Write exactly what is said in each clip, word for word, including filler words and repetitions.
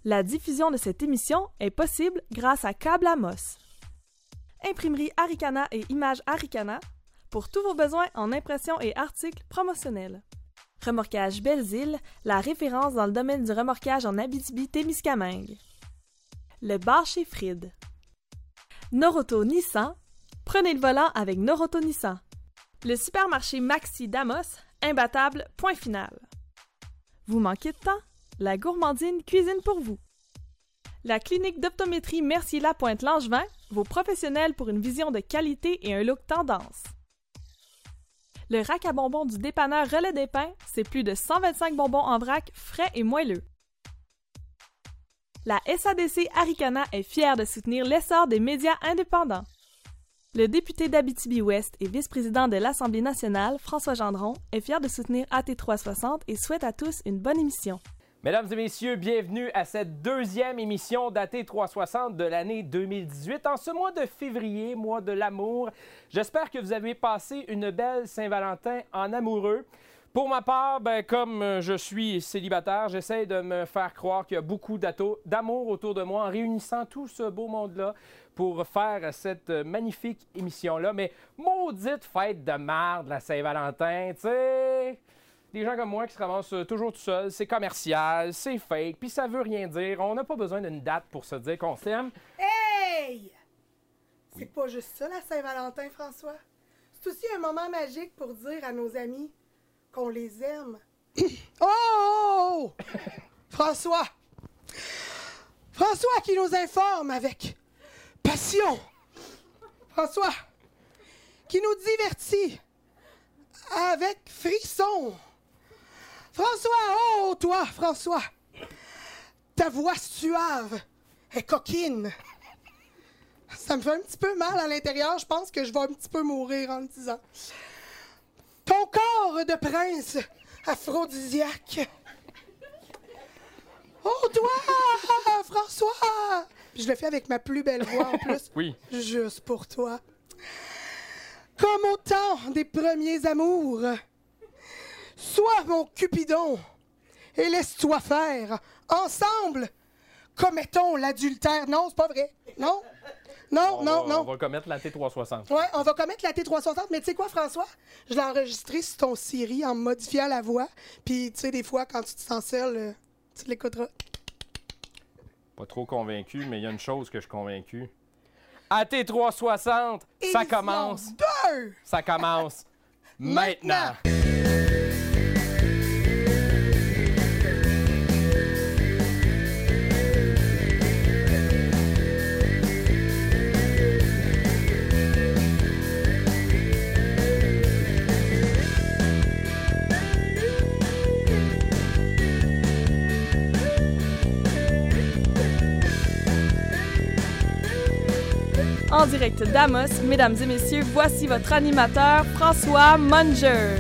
La diffusion de cette émission est possible grâce à Câble Amos. Imprimerie Arikana et Images Arikana pour tous vos besoins en impression et articles promotionnels. Remorquage Belles-Îles, la référence dans le domaine du remorquage en Abitibi-Témiscamingue. Le bar chez Fried. Noroto Nissan, prenez le volant avec Noroto Nissan. Le supermarché Maxi d'Amos, imbattable, point final. Vous manquez de temps? La gourmandine cuisine pour vous. La clinique d'optométrie Mercier-Lapointe-Langevin, vos professionnels pour une vision de qualité et un look tendance. Le rack à bonbons du dépanneur Relais des Pins, c'est plus de cent vingt-cinq bonbons en vrac, frais et moelleux. La S A D C Arikana est fière de soutenir l'essor des médias indépendants. Le député d'Abitibi-Ouest et vice-président de l'Assemblée nationale, François Gendron, est fier de soutenir A T trois cent soixante et souhaite à tous une bonne émission. Mesdames et messieurs, bienvenue à cette deuxième émission d'A T trois cent soixante de l'année deux mille dix-huit. En ce mois de février, mois de l'amour, j'espère que vous avez passé une belle Saint-Valentin en amoureux. Pour ma part, ben, comme je suis célibataire, j'essaie de me faire croire qu'il y a beaucoup d'amour autour de moi en réunissant tout ce beau monde-là pour faire cette magnifique émission-là. Mais maudite fête de marde, la Saint-Valentin, tu sais! Des gens comme moi qui se ramassent toujours tout seuls, c'est commercial, c'est fake, puis ça veut rien dire. On n'a pas besoin d'une date pour se dire qu'on s'aime. Hey! C'est oui. Pas juste ça, la Saint-Valentin, François. C'est aussi un moment magique pour dire à nos amis qu'on les aime. Oh! François! François qui nous informe avec passion. François qui nous divertit avec frisson. François, oh toi, François, ta voix suave est coquine. Ça me fait un petit peu mal à l'intérieur, je pense que je vais un petit peu mourir en le disant. Ton corps de prince aphrodisiaque. Oh toi, François! Puis je le fais avec ma plus belle voix en plus. Oui. Juste pour toi. Comme au temps des premiers amours. Sois mon Cupidon et laisse-toi faire. Ensemble, commettons l'adultère. Non, c'est pas vrai. Non, non, on non, va, non. On va commettre la T trois cent soixante. Ouais, on va commettre la T trois cent soixante. Mais tu sais quoi, François? Je l'ai enregistré sur ton Siri en modifiant la voix. Puis, tu sais, des fois, quand tu te sens seul, tu l'écouteras. Pas trop convaincu, mais il y a une chose que je suis convaincu. A T trois cent soixante, ça commence. Deux. Ça commence maintenant. maintenant. En direct d'Amos, mesdames et messieurs, voici votre animateur, François Munger.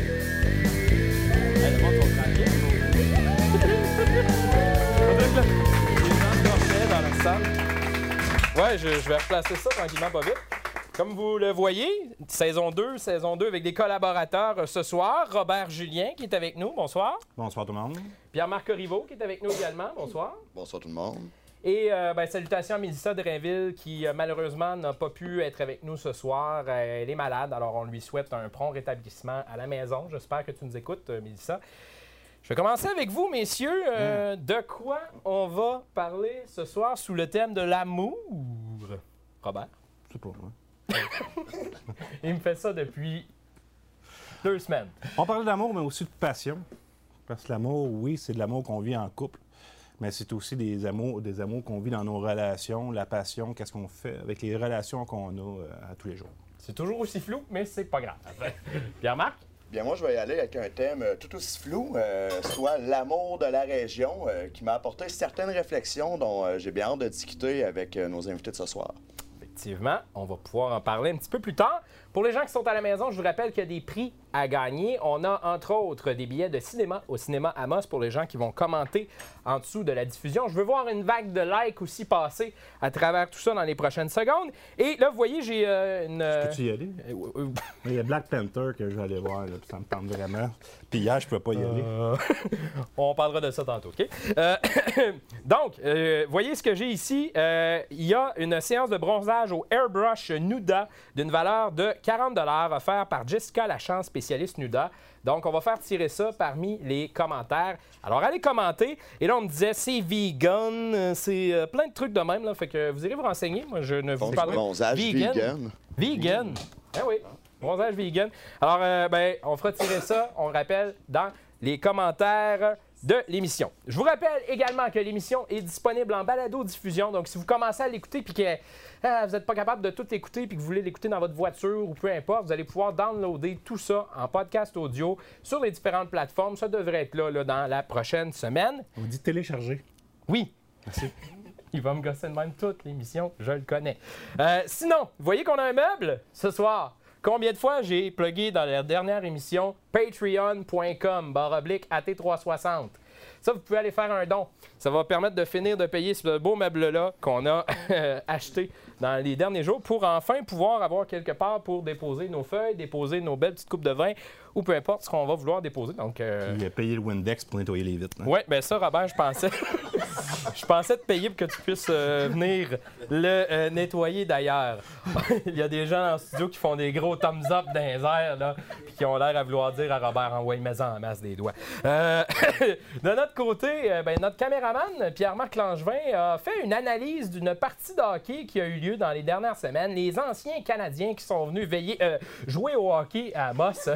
Ouais, je, je vais replacer ça tranquillement, pas vite. Comme vous le voyez, saison deux, saison deux avec des collaborateurs ce soir. Robert Julien qui est avec nous, bonsoir. Bonsoir tout le monde. Pierre-Marc Corriveau qui est avec nous également, bonsoir. Bonsoir tout le monde. Et euh, ben, salutations à Mélissa Drainville qui euh, malheureusement n'a pas pu être avec nous ce soir. Euh, elle est malade, alors on lui souhaite un prompt rétablissement à la maison. J'espère que tu nous écoutes, euh, Mélissa. Je vais commencer avec vous, messieurs. Euh, mmh. De quoi on va parler ce soir sous le thème de l'amour? Robert? C'est pas moi. Il me fait ça depuis deux semaines. On parlait d'amour, mais aussi de passion. Parce que l'amour, oui, c'est de l'amour qu'on vit en couple. Mais c'est aussi des amours, des amours qu'on vit dans nos relations, la passion, qu'est-ce qu'on fait avec les relations qu'on a euh, à tous les jours. C'est toujours aussi flou, mais c'est pas grave. Pierre-Marc? Bien, moi, je vais y aller avec un thème euh, tout aussi flou, euh, soit l'amour de la région, euh, qui m'a apporté certaines réflexions dont euh, j'ai bien hâte de discuter avec euh, nos invités de ce soir. Effectivement, on va pouvoir en parler un petit peu plus tard. Pour les gens qui sont à la maison, je vous rappelle qu'il y a des prix à gagner. On a entre autres des billets de cinéma au cinéma Amos pour les gens qui vont commenter en dessous de la diffusion. Je veux voir une vague de likes aussi passer à travers tout ça dans les prochaines secondes. Et là, vous voyez, j'ai euh, une... Euh... Peux-tu y aller? Il y a Black Panther que je vais aller voir, là, puis ça me tente vraiment. Puis hier, je ne peux pas y aller. Euh... On parlera de ça tantôt, OK? Euh... Donc, euh, voyez ce que j'ai ici. Euh, il y a une séance de bronzage au Airbrush Nuda d'une valeur de quarante dollars offerte par Jessica Lachance, spécialiste Nuda. Donc, on va faire tirer ça parmi les commentaires. Alors, allez commenter. Et là, on me disait, c'est vegan, c'est euh, plein de trucs de même. Là, fait que vous irez vous renseigner. Moi, je ne vous parle pas. Bronzage vegan. Vegan. Vegan. Ah oui, bronzage vegan. Alors, euh, ben, on fera tirer ça, on le rappelle, dans les commentaires de l'émission. Je vous rappelle également que l'émission est disponible en balado-diffusion. Donc, si vous commencez à l'écouter puis que euh, vous n'êtes pas capable de tout écouter puis que vous voulez l'écouter dans votre voiture ou peu importe, vous allez pouvoir downloader tout ça en podcast audio sur les différentes plateformes. Ça devrait être là, là dans la prochaine semaine. On dit télécharger. Oui. Merci. Il va me gosser de même toute l'émission, je le connais. Euh, sinon, vous voyez qu'on a un meuble ce soir. Combien de fois j'ai plugué dans la dernière émission patreon point com barre oblique A T trois cent soixante. Ça, vous pouvez aller faire un don. Ça va permettre de finir de payer ce beau meuble-là qu'on a acheté dans les derniers jours pour enfin pouvoir avoir quelque part pour déposer nos feuilles, déposer nos belles petites coupes de vin ou peu importe ce qu'on va vouloir déposer. Donc, euh... Il a payé le Windex pour nettoyer les vitres. Hein? Oui, bien ça, Robert, je pensais. Je pensais te payer pour que tu puisses euh, venir le euh, nettoyer d'ailleurs. Il y a des gens en studio qui font des gros thumbs up dans les airs, là, puis qui ont l'air à vouloir dire à Robert, envoie mets-en en masse des doigts. Euh, de notre côté, euh, ben, notre caméraman, Pierre-Marc Langevin, a fait une analyse d'une partie de hockey qui a eu lieu dans les dernières semaines. Les anciens Canadiens qui sont venus veiller, euh, jouer au hockey à Amos.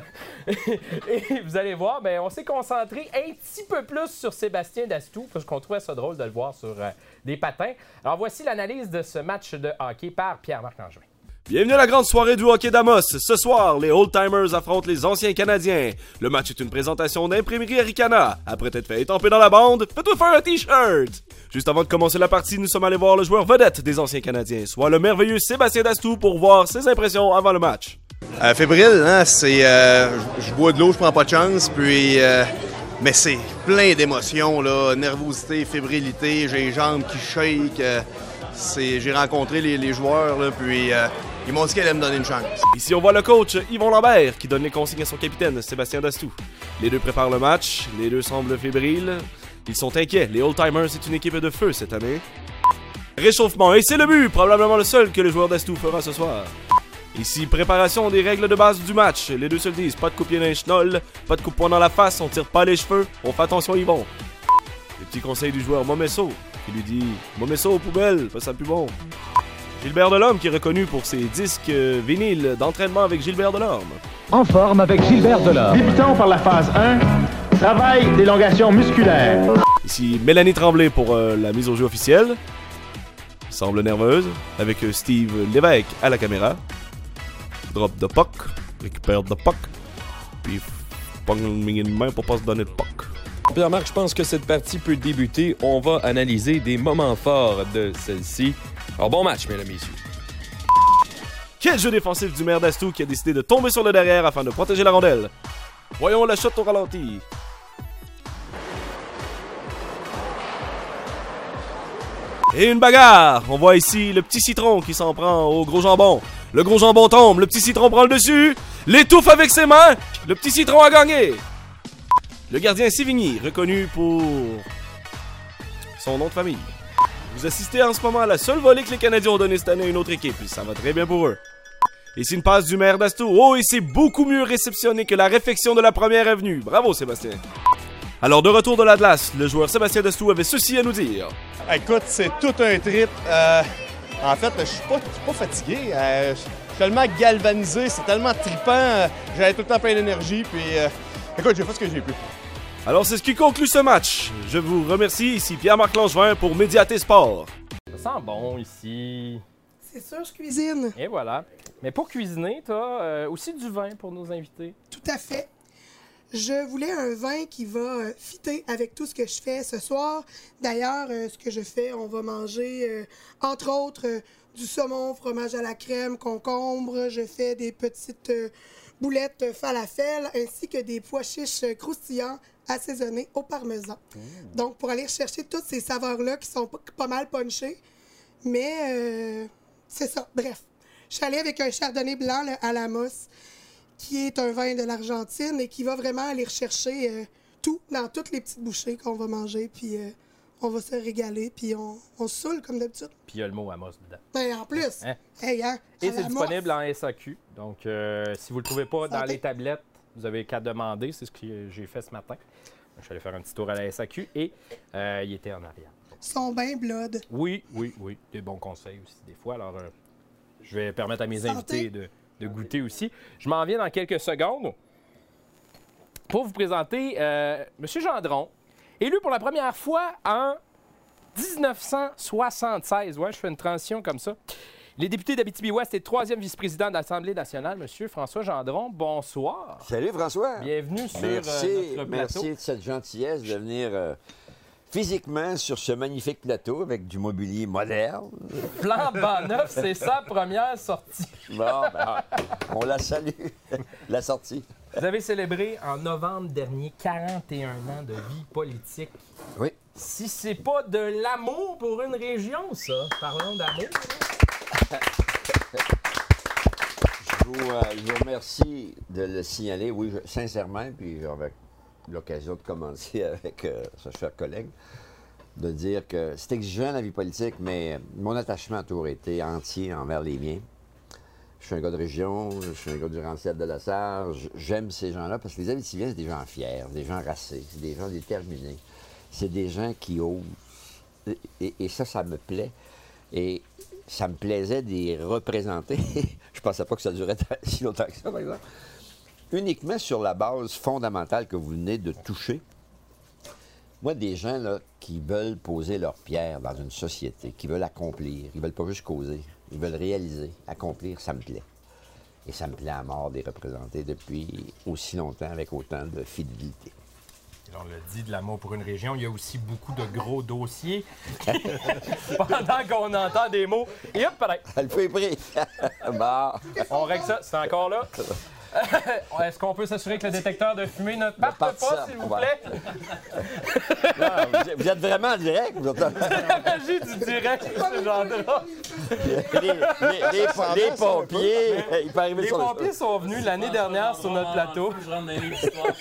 Et vous allez voir, ben, on s'est concentré un petit peu plus sur Sébastien Dastou, parce qu'on trouvait ça drôle de le voir sur euh, des patins. Alors voici l'analyse de ce match de hockey par Pierre-Marc Langevin. Bienvenue à la grande soirée du hockey d'Amos. Ce soir, les Old-Timers affrontent les anciens Canadiens. Le match est une présentation d'Imprimerie Aricana. Après t'être fait étamper dans la bande, fais-toi faire un t-shirt. Juste avant de commencer la partie, nous sommes allés voir le joueur vedette des anciens Canadiens, soit le merveilleux Sébastien Dastou, pour voir ses impressions avant le match. Euh, fébrile, hein, c'est... Euh, je bois de l'eau, je prends pas de chance, puis... Euh, mais c'est plein d'émotions, là. Nervosité, fébrilité, j'ai les jambes qui shake. Euh, c'est, j'ai rencontré les, les joueurs, là, puis... Euh, ils m'ont dit qu'elle allait me donner une chance. Ici, on voit le coach Yvon Lambert qui donne les consignes à son capitaine, Sébastien Dastou. Les deux préparent le match, les deux semblent fébriles. Ils sont inquiets, les Old-Timers, c'est une équipe de feu cette année. Réchauffement, et c'est le but, probablement le seul que le joueur Dastou fera ce soir. Ici, préparation des règles de base du match. Les deux se le disent, pas de coup de pied dans les chenolles, pas de coup de poing dans la face, on tire pas les cheveux, on fait attention Yvon. Les petits conseils du joueur Momesso, qui lui dit « Momesso aux poubelles, fais ça plus bon ». Gilbert Delorme qui est reconnu pour ses disques vinyles d'entraînement avec Gilbert Delorme. En forme avec Gilbert Delorme. Débutons par la phase un, travail d'élongation musculaire. Ici Mélanie Tremblay pour euh, la mise au jeu officielle. Semble nerveuse, avec euh, Steve Lévesque à la caméra. Drop de puck, récupère de puck, puis pogne une main pour pas se donner de puck. Pierre-Marc, je pense que cette partie peut débuter. On va analyser des moments forts de celle-ci. Alors, bon match, mesdames et messieurs. Quel jeu défensif du maire Dastou qui a décidé de tomber sur le derrière afin de protéger la rondelle. Voyons la shot au ralenti. Et une bagarre. On voit ici le petit citron qui s'en prend au gros jambon. Le gros jambon tombe, le petit citron prend le dessus, l'étouffe avec ses mains. Le petit citron a gagné. Le gardien Sévigny, reconnu pour son nom de famille. Vous assistez en ce moment à la seule volée que les Canadiens ont donnée cette année à une autre équipe, et ça va très bien pour eux. Ici une passe du maire Dastou. Oh, et c'est beaucoup mieux réceptionné que la réflexion de la première avenue. Bravo Sébastien. Alors de retour de l'Atlas, le joueur Sébastien Dastou avait ceci à nous dire. Écoute, c'est tout un trip. Euh, en fait, je suis pas, pas fatigué. Euh, je suis tellement galvanisé, c'est tellement trippant. Euh, J'avais tout le temps plein d'énergie, puis euh, écoute, j'ai fait ce que j'ai pu. Alors c'est ce qui conclut ce match. Je vous remercie, ici Pierre-Marc Langevin pour Médiaté Sport. Ça sent bon ici. C'est sûr, je cuisine. Et voilà. Mais pour cuisiner, tu as euh, aussi du vin pour nos invités. Tout à fait. Je voulais un vin qui va euh, fitter avec tout ce que je fais ce soir. D'ailleurs, euh, ce que je fais, on va manger, euh, entre autres, euh, du saumon, fromage à la crème, concombre. Je fais des petites euh, boulettes falafel, ainsi que des pois chiches euh, croustillants assaisonnés au parmesan. Mmh. Donc, pour aller chercher toutes ces saveurs-là qui sont pas, pas mal punchées. Mais euh, c'est ça. Bref, je suis allée avec un chardonnay blanc, le Alamos, qui est un vin de l'Argentine et qui va vraiment aller rechercher euh, tout dans toutes les petites bouchées qu'on va manger. Puis euh, on va se régaler, puis on, on se saoule comme d'habitude. Puis il y a le mot Amos dedans. Ben, en plus. Hein? Hey, hein, et c'est disponible en S A Q. Donc, euh, si vous ne le trouvez pas dans les tablettes, vous avez qu'à demander. C'est ce que j'ai fait ce matin. Je suis allé faire un petit tour à la S A Q et euh, il était en arrière. Ils sont bien blood. Oui, oui, oui. Des bons conseils aussi, des fois. Alors, euh, je vais permettre à mes Santé. invités de... de goûter aussi. Je m'en viens dans quelques secondes pour vous présenter euh, M. Gendron, élu pour la première fois en dix-neuf cent soixante-seize. Ouais, je fais une transition comme ça. Il est député d'Abitibi-Ouest et troisième vice-président de l'Assemblée nationale, M. François Gendron. Bonsoir. Salut, François. Bienvenue sur merci, euh, notre plateau. Merci de cette gentillesse de venir euh, physiquement sur ce magnifique plateau avec du mobilier moderne. Flambant neuf, c'est sa première sortie. Bon, ben, on la salue, la sortie. Vous avez célébré en novembre dernier quarante et un ans de vie politique. Oui. Si c'est pas de l'amour pour une région, ça, parlons d'amour. Je vous, euh, je vous remercie de le signaler, oui, je, sincèrement, puis avec l'occasion de commencer avec euh, ce cher collègue, de dire que c'est exigeant la vie politique, mais mon attachement a toujours été entier envers les miens. Je suis un gars de région, je suis un gars du Rancière de la Sarre, j'aime ces gens-là parce que les Abitibiens, c'est des gens fiers, des gens racés, c'est des gens déterminés, c'est des gens qui osent. Et, et ça, ça me plaît. Et ça me plaisait d'y représenter. Je pensais pas que ça durait si longtemps que ça, par exemple. Uniquement sur la base fondamentale que vous venez de toucher. Moi, des gens là, qui veulent poser leur pierre dans une société, qui veulent accomplir, ils veulent pas juste causer, ils veulent réaliser, accomplir, ça me plaît. Et ça me plaît à mort de les représenter depuis aussi longtemps avec autant de fidélité. On l'a dit, de l'amour pour une région, il y a aussi beaucoup de gros dossiers. Pendant qu'on entend des mots, et hop, pareil. Le feu est pris. Bon. On règle ça, c'est encore là. Est-ce qu'on peut s'assurer que le détecteur de fumée ne parte pas, s'il vous plaît? Non, vous, vous êtes vraiment en direct? Vous êtes... C'est la magie du direct, ce genre-là. Les, les, les, les pompiers, Mais, il peut arriver les sur pompiers le... sont venus l'année dernière sur notre plateau. Je rentre dans les histoires.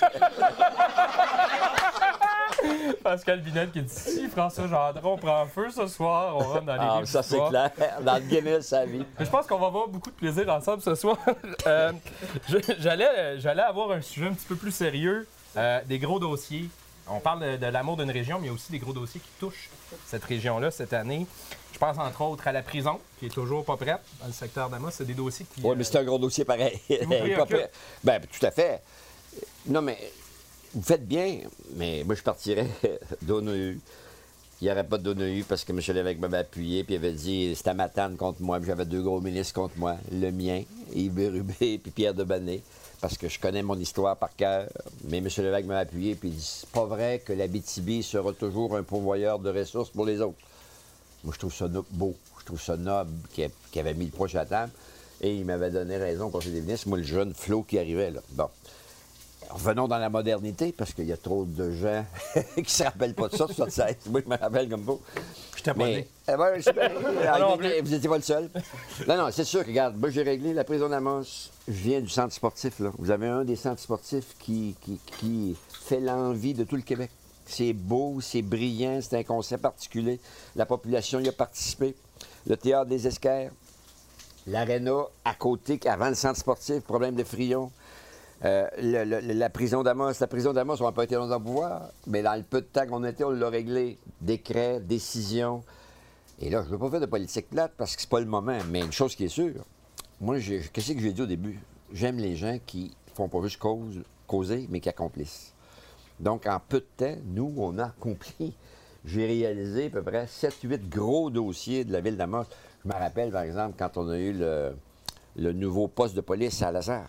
Pascal Binette qui dit si François Gendron prend feu ce soir, on rentre dans les Ah, livres ça c'est d'histoire. clair, dans le Guinness, sa vie. Mais je pense qu'on va avoir beaucoup de plaisir ensemble ce soir. euh, je- j'allais, j'allais avoir un sujet un petit peu plus sérieux, euh, des gros dossiers. On parle de, de l'amour d'une région, mais il y a aussi des gros dossiers qui touchent cette région-là cette année. Je pense entre autres à la prison, qui est toujours pas prête dans le secteur d'Amos. C'est des dossiers qui... Oui, mais c'est un gros dossier pareil. vous Pas préoccupe? prêt. Ben, tout à fait. Non, mais vous faites bien, mais moi, je partirais d'O N U. Il n'y aurait pas de d'O N U parce que M. Lévesque m'avait appuyé puis il avait dit c'était Matane contre moi, puis j'avais deux gros ministres contre moi. Le mien, Yves Bérubé puis Pierre Debanné, parce que je connais mon histoire par cœur. Mais M. Lévesque m'avait appuyé puis il dit c'est pas vrai que l'Abitibi sera toujours un pourvoyeur de ressources pour les autres. Moi, je trouve ça no- beau. Je trouve ça noble qu'il a- qu'il avait mis le proche à la table. Et il m'avait donné raison au Conseil des ministres. Moi, le jeune Flo qui arrivait, là. Bon. Revenons dans la modernité, parce qu'il y a trop de gens qui ne se rappellent pas de ça, soixante-seize. Moi, je me rappelle comme vous. Je t'ai pas Mais, dit. eh ben, je suis bien. Ah non, vous n'étiez pas le seul. Non, non, c'est sûr que, regarde, moi, j'ai réglé la prison d'Amos. Je viens du centre sportif, là. Vous avez un des centres sportifs qui, qui, qui fait l'envie de tout le Québec. C'est beau, c'est brillant, c'est un concept articulé. La population y a participé. Le théâtre des Esquerres, l'aréna à côté, avant le centre sportif, problème de Frion. Euh, le- le- la prison d'Amos, la prison d'Amos, on n'a pas été longtemps au pouvoir, mais dans le peu de temps qu'on était, on l'a réglé. Décret, décision. Et là, je ne veux pas faire de politique plate parce que c'est pas le moment, mais une chose qui est sûre, moi, j'ai- qu'est-ce que j'ai dit au début? J'aime les gens qui font pas juste cause, causer, mais qui accomplissent. Donc, en peu de temps, nous, on a accompli. J'ai réalisé à peu près sept huit gros dossiers de la ville d'Amos. Je me rappelle, par exemple, quand on a eu le, le nouveau poste de police à Lazare.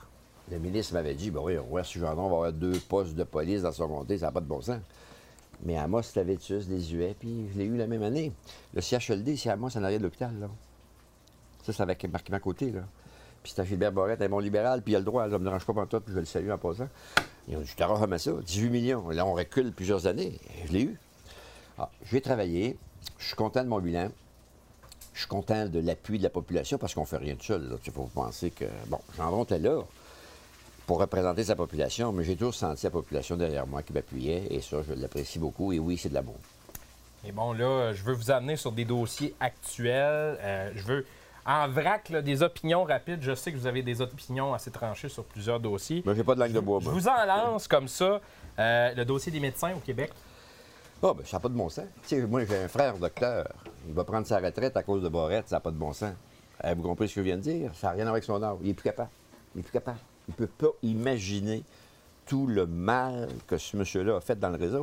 le ministre m'avait dit, ben oui, Rouergue Gendron va avoir deux postes de police dans son comté, ça n'a pas de bon sens. Mais Amos, c'était Vétus, des Huets, puis je l'ai eu la même année. Le C H L D, c'est Amos en arrière de l'hôpital, là. Ça, c'est avec Marc Côté, là. Puis c'était Gilbert Barrette, un bon libéral, puis il a le droit, ça ne me dérange pas pantoute, puis je le salue en passant. Ils ont dit, je t'arrête à ça, dix-huit millions. Là, on recule plusieurs années. Et je l'ai eu. Ah, j'ai travaillé, je suis content de mon bilan. Je suis content de l'appui de la population parce qu'on ne fait rien de seul. Il faut penser que, bon, Gendron était là pour représenter sa population, mais j'ai toujours senti la population derrière moi qui m'appuyait, et ça, je l'apprécie beaucoup, et oui, c'est de l'amour. Et bon, là, je veux vous amener sur des dossiers actuels. Euh, je veux, en vrac, là, des opinions rapides. Je sais que vous avez des opinions assez tranchées sur plusieurs dossiers. Mais j'ai pas de langue de bois. Je vous en lance comme ça. Euh, le dossier des médecins au Québec. Ah, oh, bien, ça n'a pas de bon sens. Tu sais, moi, j'ai un frère docteur. Il va prendre sa retraite à cause de Barrette, ça n'a pas de bon sens. Euh, vous comprenez ce que je viens de dire? Ça n'a rien à voir avec son âge. Il est plus capable. Il est plus capable. Il ne peut pas imaginer tout le mal que ce monsieur-là a fait dans le réseau.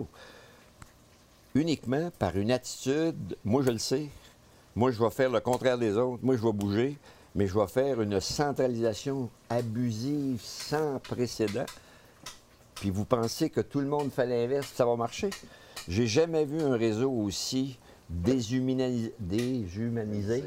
Uniquement par une attitude, moi je le sais, moi je vais faire le contraire des autres, moi je vais bouger, mais je vais faire une centralisation abusive sans précédent. Puis vous pensez que tout le monde fait l'inverse, ça va marcher? J'ai jamais vu un réseau aussi déshumanisé. déshumanisé.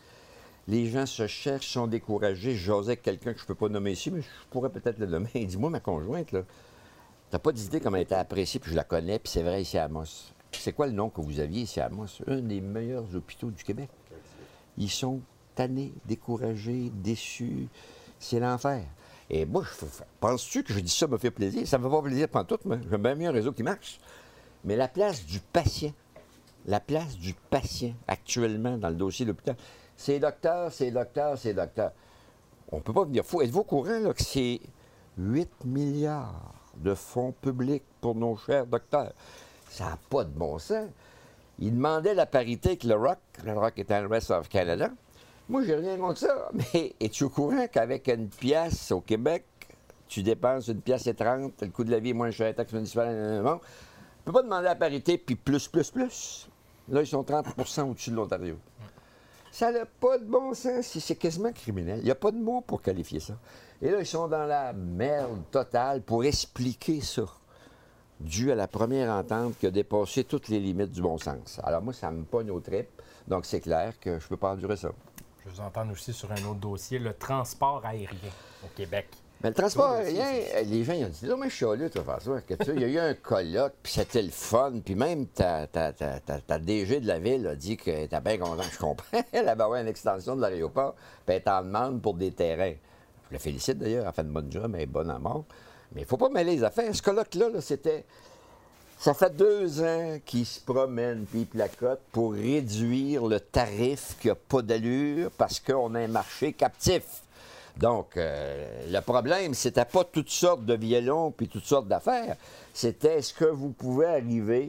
Les gens se cherchent, sont découragés. J'osais avec quelqu'un que je ne peux pas nommer ici, mais je pourrais peut-être le nommer. Il dit, moi, ma conjointe, là, t'as pas d'idée comment elle était appréciée, puis je la connais, puis c'est vrai ici à Amos. C'est quoi le nom que vous aviez ici à Amos? Un des meilleurs hôpitaux du Québec. Ils sont tannés, découragés, déçus. C'est l'enfer. Et moi, je, penses-tu que je dis ça me fait plaisir? Ça me fait pas plaisir pantoute, moi. J'aime bien mieux un réseau qui marche. Mais la place du patient, la place du patient actuellement dans le dossier de l'hôpital, c'est docteur, c'est docteur, c'est docteur. On ne peut pas venir fou. Êtes-vous au courant là, que c'est huit milliards de fonds publics pour nos chers docteurs? Ça n'a pas de bon sens. Ils demandaient la parité avec le Rock. Le Rock est un Rest of Canada. Moi, j'ai rien contre ça. Mais es-tu au courant qu'avec une pièce au Québec, tu dépenses une pièce et trente, le coût de la vie est moins cher, taxe municipale, bon. Tu ne peux pas demander la parité, puis plus, plus, plus. Là, ils sont trente pour cent au-dessus de l'Ontario. Ça n'a pas de bon sens. C'est quasiment criminel. Il n'y a pas de mots pour qualifier ça. Et là, ils sont dans la merde totale pour expliquer ça, dû à la première entente qui a dépassé toutes les limites du bon sens. Alors moi, ça me pogne aux tripes. Donc, c'est clair que je ne peux pas endurer ça. Je vous entends aussi sur un autre dossier, le transport aérien au Québec. Mais le transport aérien, les gens ils ont dit, non, mais je suis allé, toi, François, que tu il y a eu un colloque, puis c'était le fun, puis même ta, ta, ta, ta, ta D G de la ville a dit que t'es bien content. Je comprends, elle avait une extension de l'aéroport, puis elle est en demande pour des terrains. Je la félicite d'ailleurs, elle a fait de bonne job, elle est bonne à mort. Mais il ne faut pas mêler les affaires. Ce colloque-là, là, c'était. Ça fait deux ans qu'ils se promènent puis ils placotent pour réduire le tarif qui n'a pas d'allure parce qu'on a un marché captif. Donc, euh, le problème, c'était pas toutes sortes de violons puis toutes sortes d'affaires. C'était est-ce que vous pouvez arriver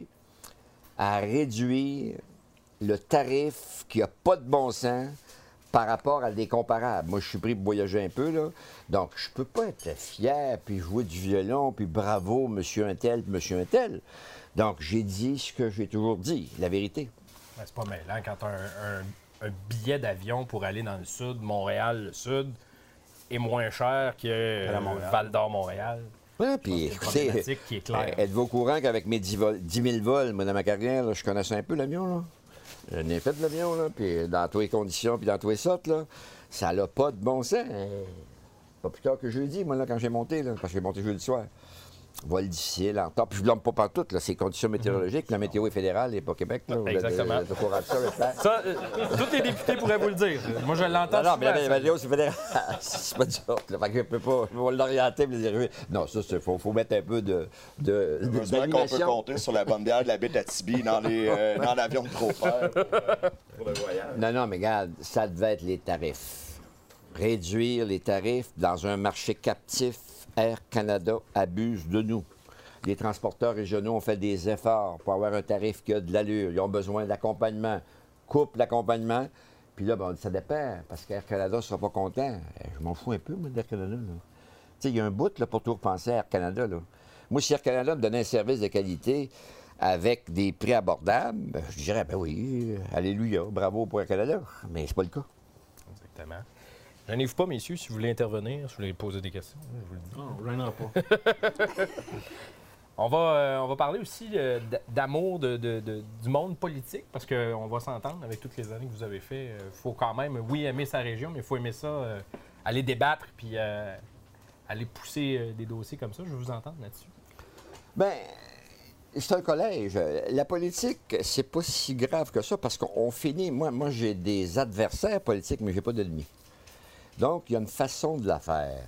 à réduire le tarif qui n'a pas de bon sens par rapport à des comparables. Moi, je suis pris pour voyager un peu, là. Donc, je peux pas être fier puis jouer du violon puis bravo, monsieur un tel puis monsieur un tel. Donc, j'ai dit ce que j'ai toujours dit, la vérité. Ben, c'est pas mêlant quand tu as un, un, un billet d'avion pour aller dans le sud, Montréal, le sud, est moins cher que euh, Val-d'Or-Montréal. Oui, puis écoutez, qui est claire. Êtes-vous au courant qu'avec mes dix mille vols, moi, dans ma carrière, là, je connaissais un peu l'avion, là? J'en ai fait de l'avion, là, puis dans toutes les conditions, puis dans toutes les sortes, là, ça n'a pas de bon sens. Pas plus tard que jeudi, moi, là, quand j'ai monté, là, parce que j'ai monté jeudi soir. Vol difficile, en temps. Puis je ne blâme pas partout, là, ces conditions météorologiques. La météo est fédérale et pas Québec. Là, exactement. De, de, de ça, ça euh, tous les députés pourraient vous le dire. Moi, je l'entends. Non, non, mais la météo, c'est fédéral. C'est pas ça. Fait que je peux pas. Je vais l'orienter et le dire. Non, ça, il faut, faut mettre un peu de. de Heureusement qu'on peut compter sur la bonne bière de la Bétatibi dans les euh, dans l'avion de Trop-Père pour le voyage. Non, non, mais regarde, ça devait être les tarifs. Réduire les tarifs dans un marché captif. Air Canada abuse de nous. Les transporteurs régionaux ont fait des efforts pour avoir un tarif qui a de l'allure. Ils ont besoin d'accompagnement. Coupe l'accompagnement. Puis là, ben, ça dépend, parce qu'Air Canada ne sera pas content. Je m'en fous un peu, moi, d'Air Canada. Tu sais, il y a un bout là, pour toujours penser à Air Canada. Là. Moi, si Air Canada me donnait un service de qualité avec des prix abordables, ben, je dirais, ben oui, alléluia, bravo pour Air Canada. Mais c'est pas le cas. Exactement. Gênez-vous pas, messieurs, si vous voulez intervenir, si vous voulez poser des questions. Je vous le dis. Non, gênez pas. On va, euh, on va parler aussi euh, d'amour de, de, de, du monde politique, parce qu'on va s'entendre avec toutes les années que vous avez fait. Il faut quand même, oui, aimer sa région, mais il faut aimer ça, euh, aller débattre, puis euh, aller pousser euh, des dossiers comme ça. Je veux vous entendre là-dessus. Bien, c'est un collège. La politique, c'est pas si grave que ça, parce qu'on finit... Moi, moi j'ai des adversaires politiques, mais j'ai pas d'ennemis. Donc, il y a une façon de la faire.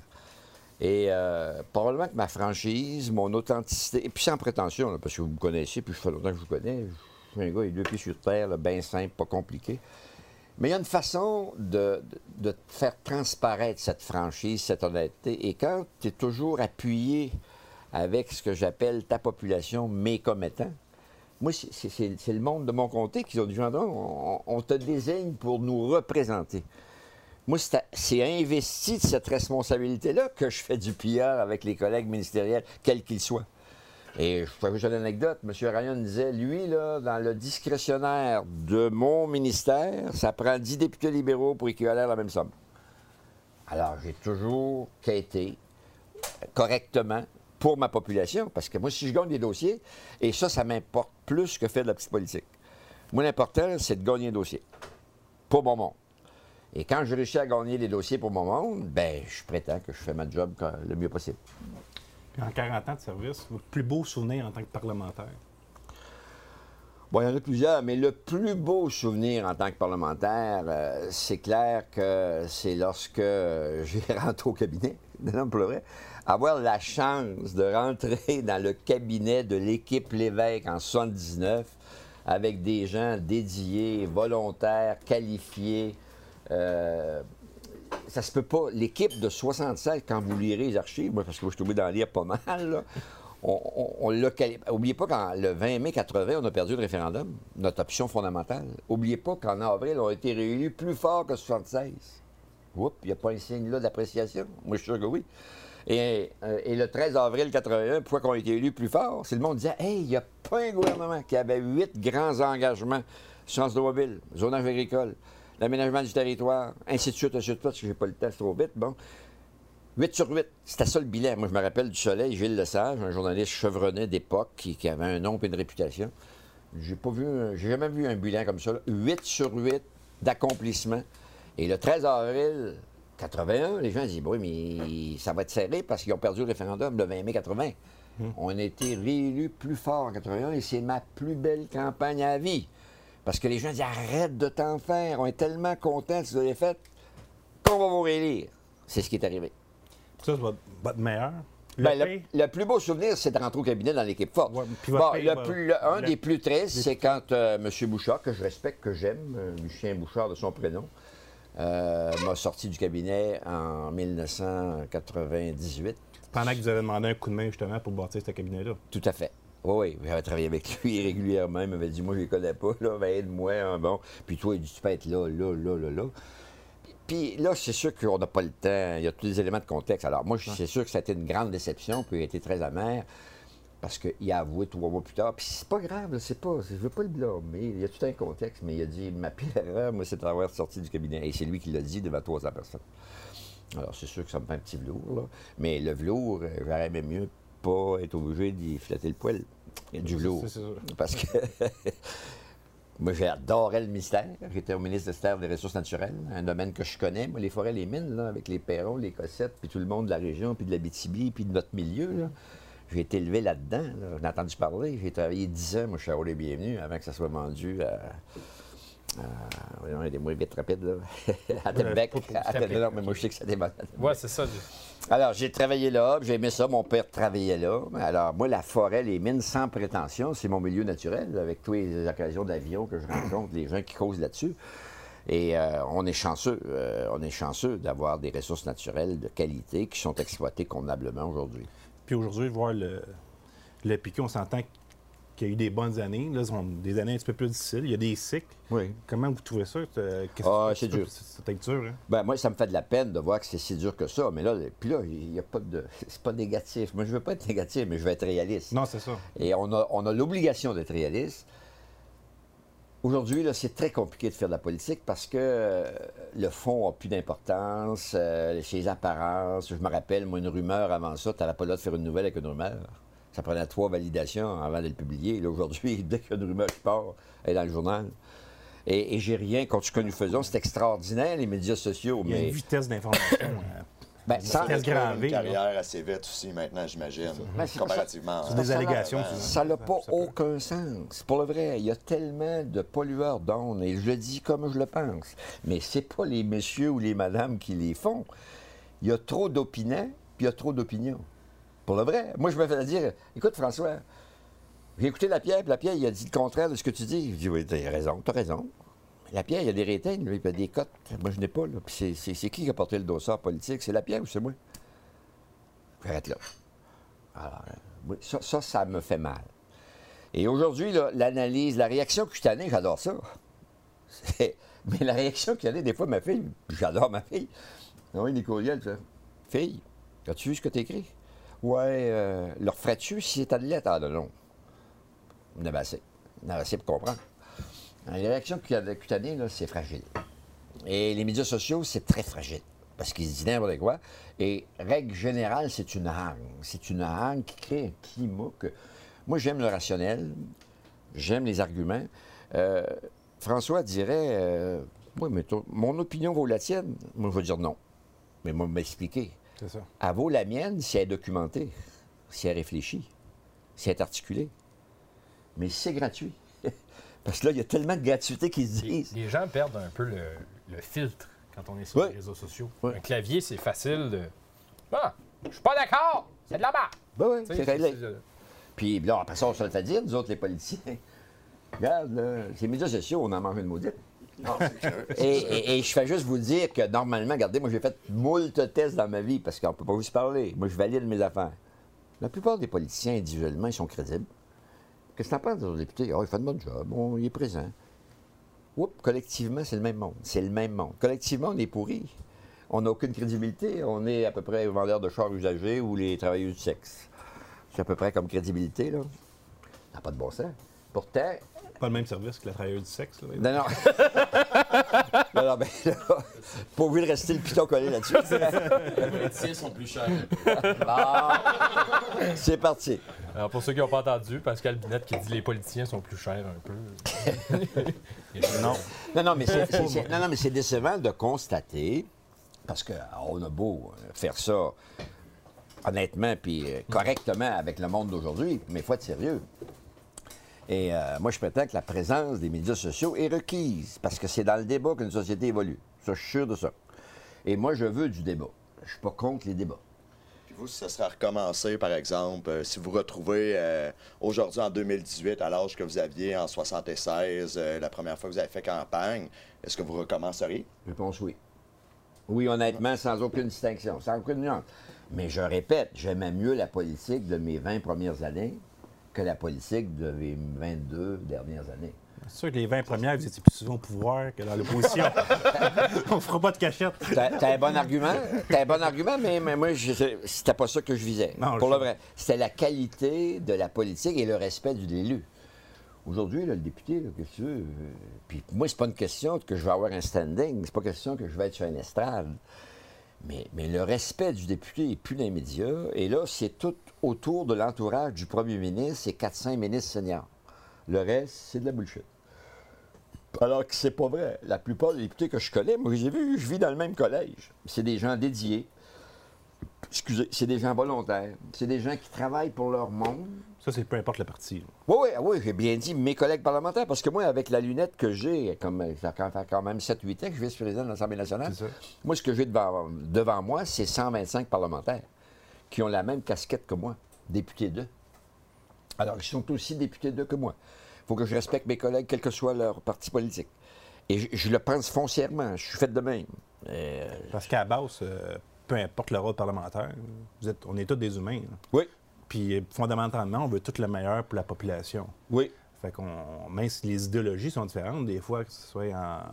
Et euh, probablement que ma franchise, mon authenticité, et puis sans prétention, là, parce que vous me connaissez, puis je fais longtemps que je vous connais, je suis un gars, il est deux pieds sur terre, bien simple, pas compliqué. Mais il y a une façon de, de, de faire transparaître cette franchise, cette honnêteté. Et quand tu es toujours appuyé avec ce que j'appelle ta population, mes commettants, moi, c'est le monde de mon comté qui ont dit, on, on te désigne pour nous représenter. Moi, c'est investi de cette responsabilité-là que je fais du P R avec les collègues ministériels, quels qu'ils soient. Et je peux vous donner une anecdote. M. Ryan disait, lui, là, dans le discrétionnaire de mon ministère, ça prend dix députés libéraux pour équivaler à la même somme. Alors, j'ai toujours quêté correctement pour ma population, parce que moi, si je gagne des dossiers, et ça, ça m'importe plus que faire de la petite politique. Moi, l'important, c'est de gagner un dossier pour mon monde. Et quand je réussis à gagner des dossiers pour mon monde, bien, je prétends que je fais ma job le mieux possible. Puis en quarante ans de service, votre plus beau souvenir en tant que parlementaire? Bon, il y en a plusieurs, mais le plus beau souvenir en tant que parlementaire, euh, c'est clair que c'est lorsque j'ai rentré au cabinet, non, pour le vrai, avoir la chance de rentrer dans le cabinet de l'équipe Lévesque en soixante-dix-neuf avec des gens dédiés, volontaires, qualifiés. Euh, ça se peut pas. L'équipe de soixante-sept, quand vous lirez les archives, moi, parce que moi, je suis tombé d'en lire pas mal, là, on, on, on l'a qualifié. N'oubliez pas qu'en le vingt mai quatre-vingt, on a perdu le référendum, notre option fondamentale. N'oubliez pas qu'en avril, on a été réélus plus fort que soixante-seize. Oups, il n'y a pas un signe là d'appréciation. Moi, je suis sûr que oui. Et, euh, et le treize avril quatre-vingt-un, pourquoi qu'on a été élus plus fort? C'est le monde disait, hey, il n'y a pas un gouvernement qui avait huit grands engagements. Sciences automobile, zonage agricole, l'aménagement du territoire, ainsi de suite, ainsi de suite, parce que j'ai pas le temps, c'est trop vite, bon. huit sur huit, c'était ça le bilan. Moi, je me rappelle du Soleil, Gilles Lesage, un journaliste chevronné d'époque qui, qui avait un nom et une réputation. J'ai pas vu, j'ai jamais vu un bilan comme ça, là. huit sur huit d'accomplissements. Et le treize avril quatre-vingt-un, les gens disent, oui, mais ça va être serré parce qu'ils ont perdu le référendum le vingt mai quatre-vingt. Hum. On a été réélus plus fort en quatre-vingt-un et c'est ma plus belle campagne à vie. Parce que les gens disent, arrête de t'en faire, on est tellement contents de ce que vous avez fait qu'on va vous réélire. C'est ce qui est arrivé. Ça, c'est votre, votre meilleur? Le, ben, le, le plus beau souvenir, c'est de rentrer au cabinet dans l'équipe forte. Ouais, bon, paye, le va, plus, le, un le, des plus tristes, c'est quand euh, M. Bouchard, que je respecte, que j'aime, euh, Lucien Bouchard de son prénom, euh, m'a sorti du cabinet en mille neuf cent quatre-vingt-dix-huit. Pendant que vous avez demandé un coup de main, justement, pour bâtir ce cabinet-là. Tout à fait. Oui, oui, j'avais travaillé avec lui régulièrement. Il m'avait dit, moi, je ne les connais pas, là, ben, aide-moi, hein, bon. Puis toi, il dit, tu peux être là, là, là, là, là. Puis là, c'est sûr qu'on n'a pas le temps. Il y a tous les éléments de contexte. Alors, moi, c'est sûr que ça a été une grande déception, puis il a été très amer, parce qu'il a avoué trois mois plus tard. Puis c'est pas grave, c'est pas. Je veux pas le blâmer. Il y a tout un contexte, mais il a dit, ma pire erreur, moi, c'est d'avoir sorti du cabinet. Et c'est lui qui l'a dit devant trois cents personnes. Alors, c'est sûr que ça me fait un petit velours, là. Mais le velours, j'aurais aimé mieux pas être obligé d'y flatter le poil. Il y a du velours. Parce que moi, j'adorais le mystère. J'étais au ministre des Terres et des Ressources naturelles, un domaine que je connais. Moi, les forêts, les mines, là, avec les Perrons, les Cossettes, puis tout le monde de la région, puis de l'Abitibi, puis de notre milieu, là. J'ai été élevé là-dedans. Là. J'en ai entendu parler. J'ai travaillé dix ans, moi, je suis à Haut les Bienvenus, avant que ça soit vendu à... Euh, on a des mots vite rapides, là. À Tembec. Non, mais moi, je sais que ça démarre. Oui, c'est ça. Alors, j'ai travaillé là, j'ai aimé ça. Mon père travaillait là. Alors, moi, la forêt, les mines, sans prétention, c'est mon milieu naturel, avec toutes les occasions d'avion que je rencontre, les gens qui causent là-dessus. Et euh, on est chanceux. Euh, on est chanceux d'avoir des ressources naturelles de qualité qui sont exploitées convenablement aujourd'hui. Puis aujourd'hui, voir le, le piquet, on s'entend qu'il y a eu des bonnes années. Là, ce sont des années un petit peu plus difficiles. Il y a des cycles. Oui. Comment vous trouvez ça? Ah, c'est dur. C'était dur, hein? Ben, moi, ça me fait de la peine de voir que c'est si dur que ça. Mais là, puis là, il n'y a pas de... C'est pas négatif. Moi, je veux pas être négatif, mais je veux être réaliste. Non, c'est ça. Et on a, on a l'obligation d'être réaliste. Aujourd'hui, là, c'est très compliqué de faire de la politique parce que euh, le fond n'a plus d'importance, euh, chez les apparences. Je me rappelle, moi, une rumeur avant ça, tu n'avais pas le droit de faire une nouvelle avec une rumeur. Ça prenait trois validations avant de le publier. Là, aujourd'hui, dès qu'il y a une rumeur qui part, elle est dans le journal. Et, et j'ai rien contre ce que nous faisons. C'est extraordinaire, les médias sociaux. Il y a mais... une vitesse d'information. euh, Ben, sans Ça a une carrière assez vite aussi maintenant, j'imagine, Ben, c'est comparativement. C'est des allégations. Ça n'a pas aucun sens. Pour le vrai, il y a tellement de pollueurs d'ondes, et je le dis comme je le pense. Mais c'est pas les messieurs ou les madames qui les font. Il y a trop d'opinants, puis il y a trop d'opinions. Pour le vrai. Moi, je me fais dire, écoute, François, j'ai écouté Lapierre, puis Lapierre, il a dit le contraire de ce que tu dis. Je dis, oui, t'as raison, t'as raison. Lapierre, il y a des ratings, lui, il y a des cotes. Moi, je n'ai pas, là. Puis c'est, c'est, c'est qui qui a porté le dossier politique? C'est Lapierre ou c'est moi? Arrête là. Alors, oui, ça, ça, ça me fait mal. Et aujourd'hui, là, l'analyse, la réaction cutanée, j'adore ça. C'est... Mais la réaction cutanée, des fois, ma fille, j'adore ma fille. Oui, des courriels, ça. Fille, as-tu vu ce que tu écrit? Ouais, euh, leur ferais-tu si c'était de lettre? Ah, non, non. On avait assez. On avait assez pour comprendre. Les réactions cutanées, là, c'est fragile. Et les médias sociaux, c'est très fragile. Parce qu'ils se disent n'importe quoi. Et règle générale, c'est une hargne. C'est une hargne qui crée un climat que... Moi, j'aime le rationnel. J'aime les arguments. Euh, François dirait, euh, oui, mais toi, mon opinion vaut la tienne. Moi, je vais dire non. Mais moi, m'expliquer. C'est ça. Elle vaut la mienne si elle est documentée, si elle réfléchit, si elle est articulée. Mais si c'est gratuit. Parce que là, il y a tellement de gratuité qui se disent. Les, les gens perdent un peu le, le filtre quand on est sur oui. les réseaux sociaux. Oui. Un clavier, c'est facile de. Ah, je suis pas d'accord, c'est de la barre. Ben oui, c'est réglé. C'est... Puis là, après ça, on se le fait dire, nous autres, les politiciens. Regarde, là, les médias sociaux, on en mange une maudite. Non, c'est clair. Et, et, et je fais juste vous dire que normalement, regardez, moi, j'ai fait moult tests dans ma vie parce qu'on ne peut pas vous se parler. Moi, je valide mes affaires. La plupart des politiciens, individuellement, ils sont crédibles. Qu'est-ce que t'en penses de député? Oh, il fait de bon job, bon, il est présent. Oups, collectivement, c'est le même monde. C'est le même monde. Collectivement, on est pourris. On n'a aucune crédibilité. On est à peu près vendeurs de chars usagés ou les travailleurs du sexe. C'est à peu près comme crédibilité, là. Ça n'a pas de bon sens. Pourtant... Pas le même service que la travailleuse du sexe, là. Non, non. non, non, ben là, pas obligé de rester le piton collé là-dessus. Les politiciens sont plus chers. Bon. C'est parti. Alors, pour ceux qui n'ont pas entendu, Pascal Binette qui dit les politiciens sont plus chers un peu. non. Non, non, mais c'est, c'est, c'est, non, non, mais c'est décevant de constater, parce qu'on a beau faire ça honnêtement puis correctement avec le monde d'aujourd'hui, mais il faut être sérieux. Et euh, moi, je prétends que la présence des médias sociaux est requise, parce que c'est dans le débat qu'une société évolue. Ça, je suis sûr de ça. Et moi, je veux du débat. Je ne suis pas contre les débats. Puis vous, si ça sera recommencé, par exemple, euh, si vous retrouvez euh, aujourd'hui en deux mille dix-huit, à l'âge que vous aviez en soixante-seize, euh, la première fois que vous avez fait campagne, est-ce que vous recommenceriez? Réponse oui. Oui, honnêtement, sans aucune distinction, sans aucune nuance. Mais je répète, j'aimais mieux la politique de mes vingt premières années que la politique de mes vingt-deux dernières années. C'est sûr que les vingt premières, vous étiez plus souvent au pouvoir que dans l'opposition. On fera pas de cachette. T'as, t'as un bon argument, t'as un bon argument, mais, mais moi, je, c'était pas ça que je visais. Non, pour je... le vrai, c'était la qualité de la politique et le respect de l'élu. Aujourd'hui, là, le député, là, qu'est-ce que tu veux? Puis moi, c'est pas une question que je vais avoir un standing, c'est pas une question que je vais être sur une estrade. Mais, mais le respect du député n'est plus dans les médias. Et là, c'est tout autour de l'entourage du premier ministre et quatre cinq ministres seniors. Le reste, c'est de la bullshit. Alors que c'est pas vrai. La plupart des députés que je connais, moi, j'ai vu, je vis dans le même collège. C'est des gens dédiés. Excusez, c'est des gens volontaires. C'est des gens qui travaillent pour leur monde. Ça, c'est peu importe le parti. Oui, oui, oui, j'ai bien dit mes collègues parlementaires, parce que moi, avec la lunette que j'ai, comme ça fait quand même sept huit ans que je suis vice-président de l'Assemblée nationale, moi, ce que j'ai devant, devant moi, c'est cent vingt-cinq parlementaires qui ont la même casquette que moi, députés d'eux. Alors, ils sont aussi députés d'eux que moi. Il faut que je respecte mes collègues, quel que soit leur parti politique. Et je, je le pense foncièrement, je suis fait de même. Euh... Parce qu'à la base, euh, peu importe le rôle parlementaire, vous êtes, on est tous des humains. Là. Oui. Puis fondamentalement, on veut tout le meilleur pour la population. Oui. Fait qu'on, même si les idéologies sont différentes, des fois, que ce soit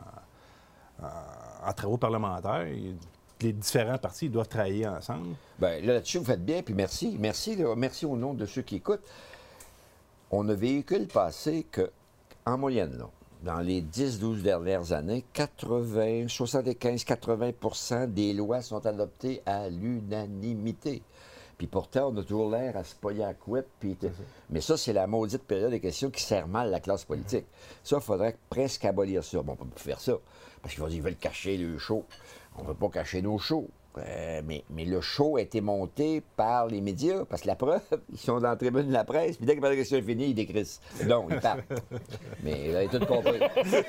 en, en, en travaux parlementaires, les différents partis doivent travailler ensemble. Bien, là, là-dessus, vous faites bien, puis merci. Merci, là, merci au nom de ceux qui écoutent. On a véhicule passé que, en moyenne, là, dans les dix douze dernières années, quatre-vingts, soixante-quinze à quatre-vingts pour cent des lois sont adoptées à l'unanimité. Puis pourtant, on a toujours l'air à se pogner à la couette. Puis te... Mais ça, c'est la maudite période des questions qui sert mal la classe politique. Ça, il faudrait presque abolir ça. Bon, on ne peut pas faire ça, parce qu'ils vont dire, ils veulent cacher le show. On ne veut pas cacher nos shows. Euh, mais, mais le show a été monté par les médias, parce que la preuve, ils sont dans la tribune de la presse, puis dès que la question est finie, ils décrissent. Non, ils parlent. Mais ils avaient tout compris.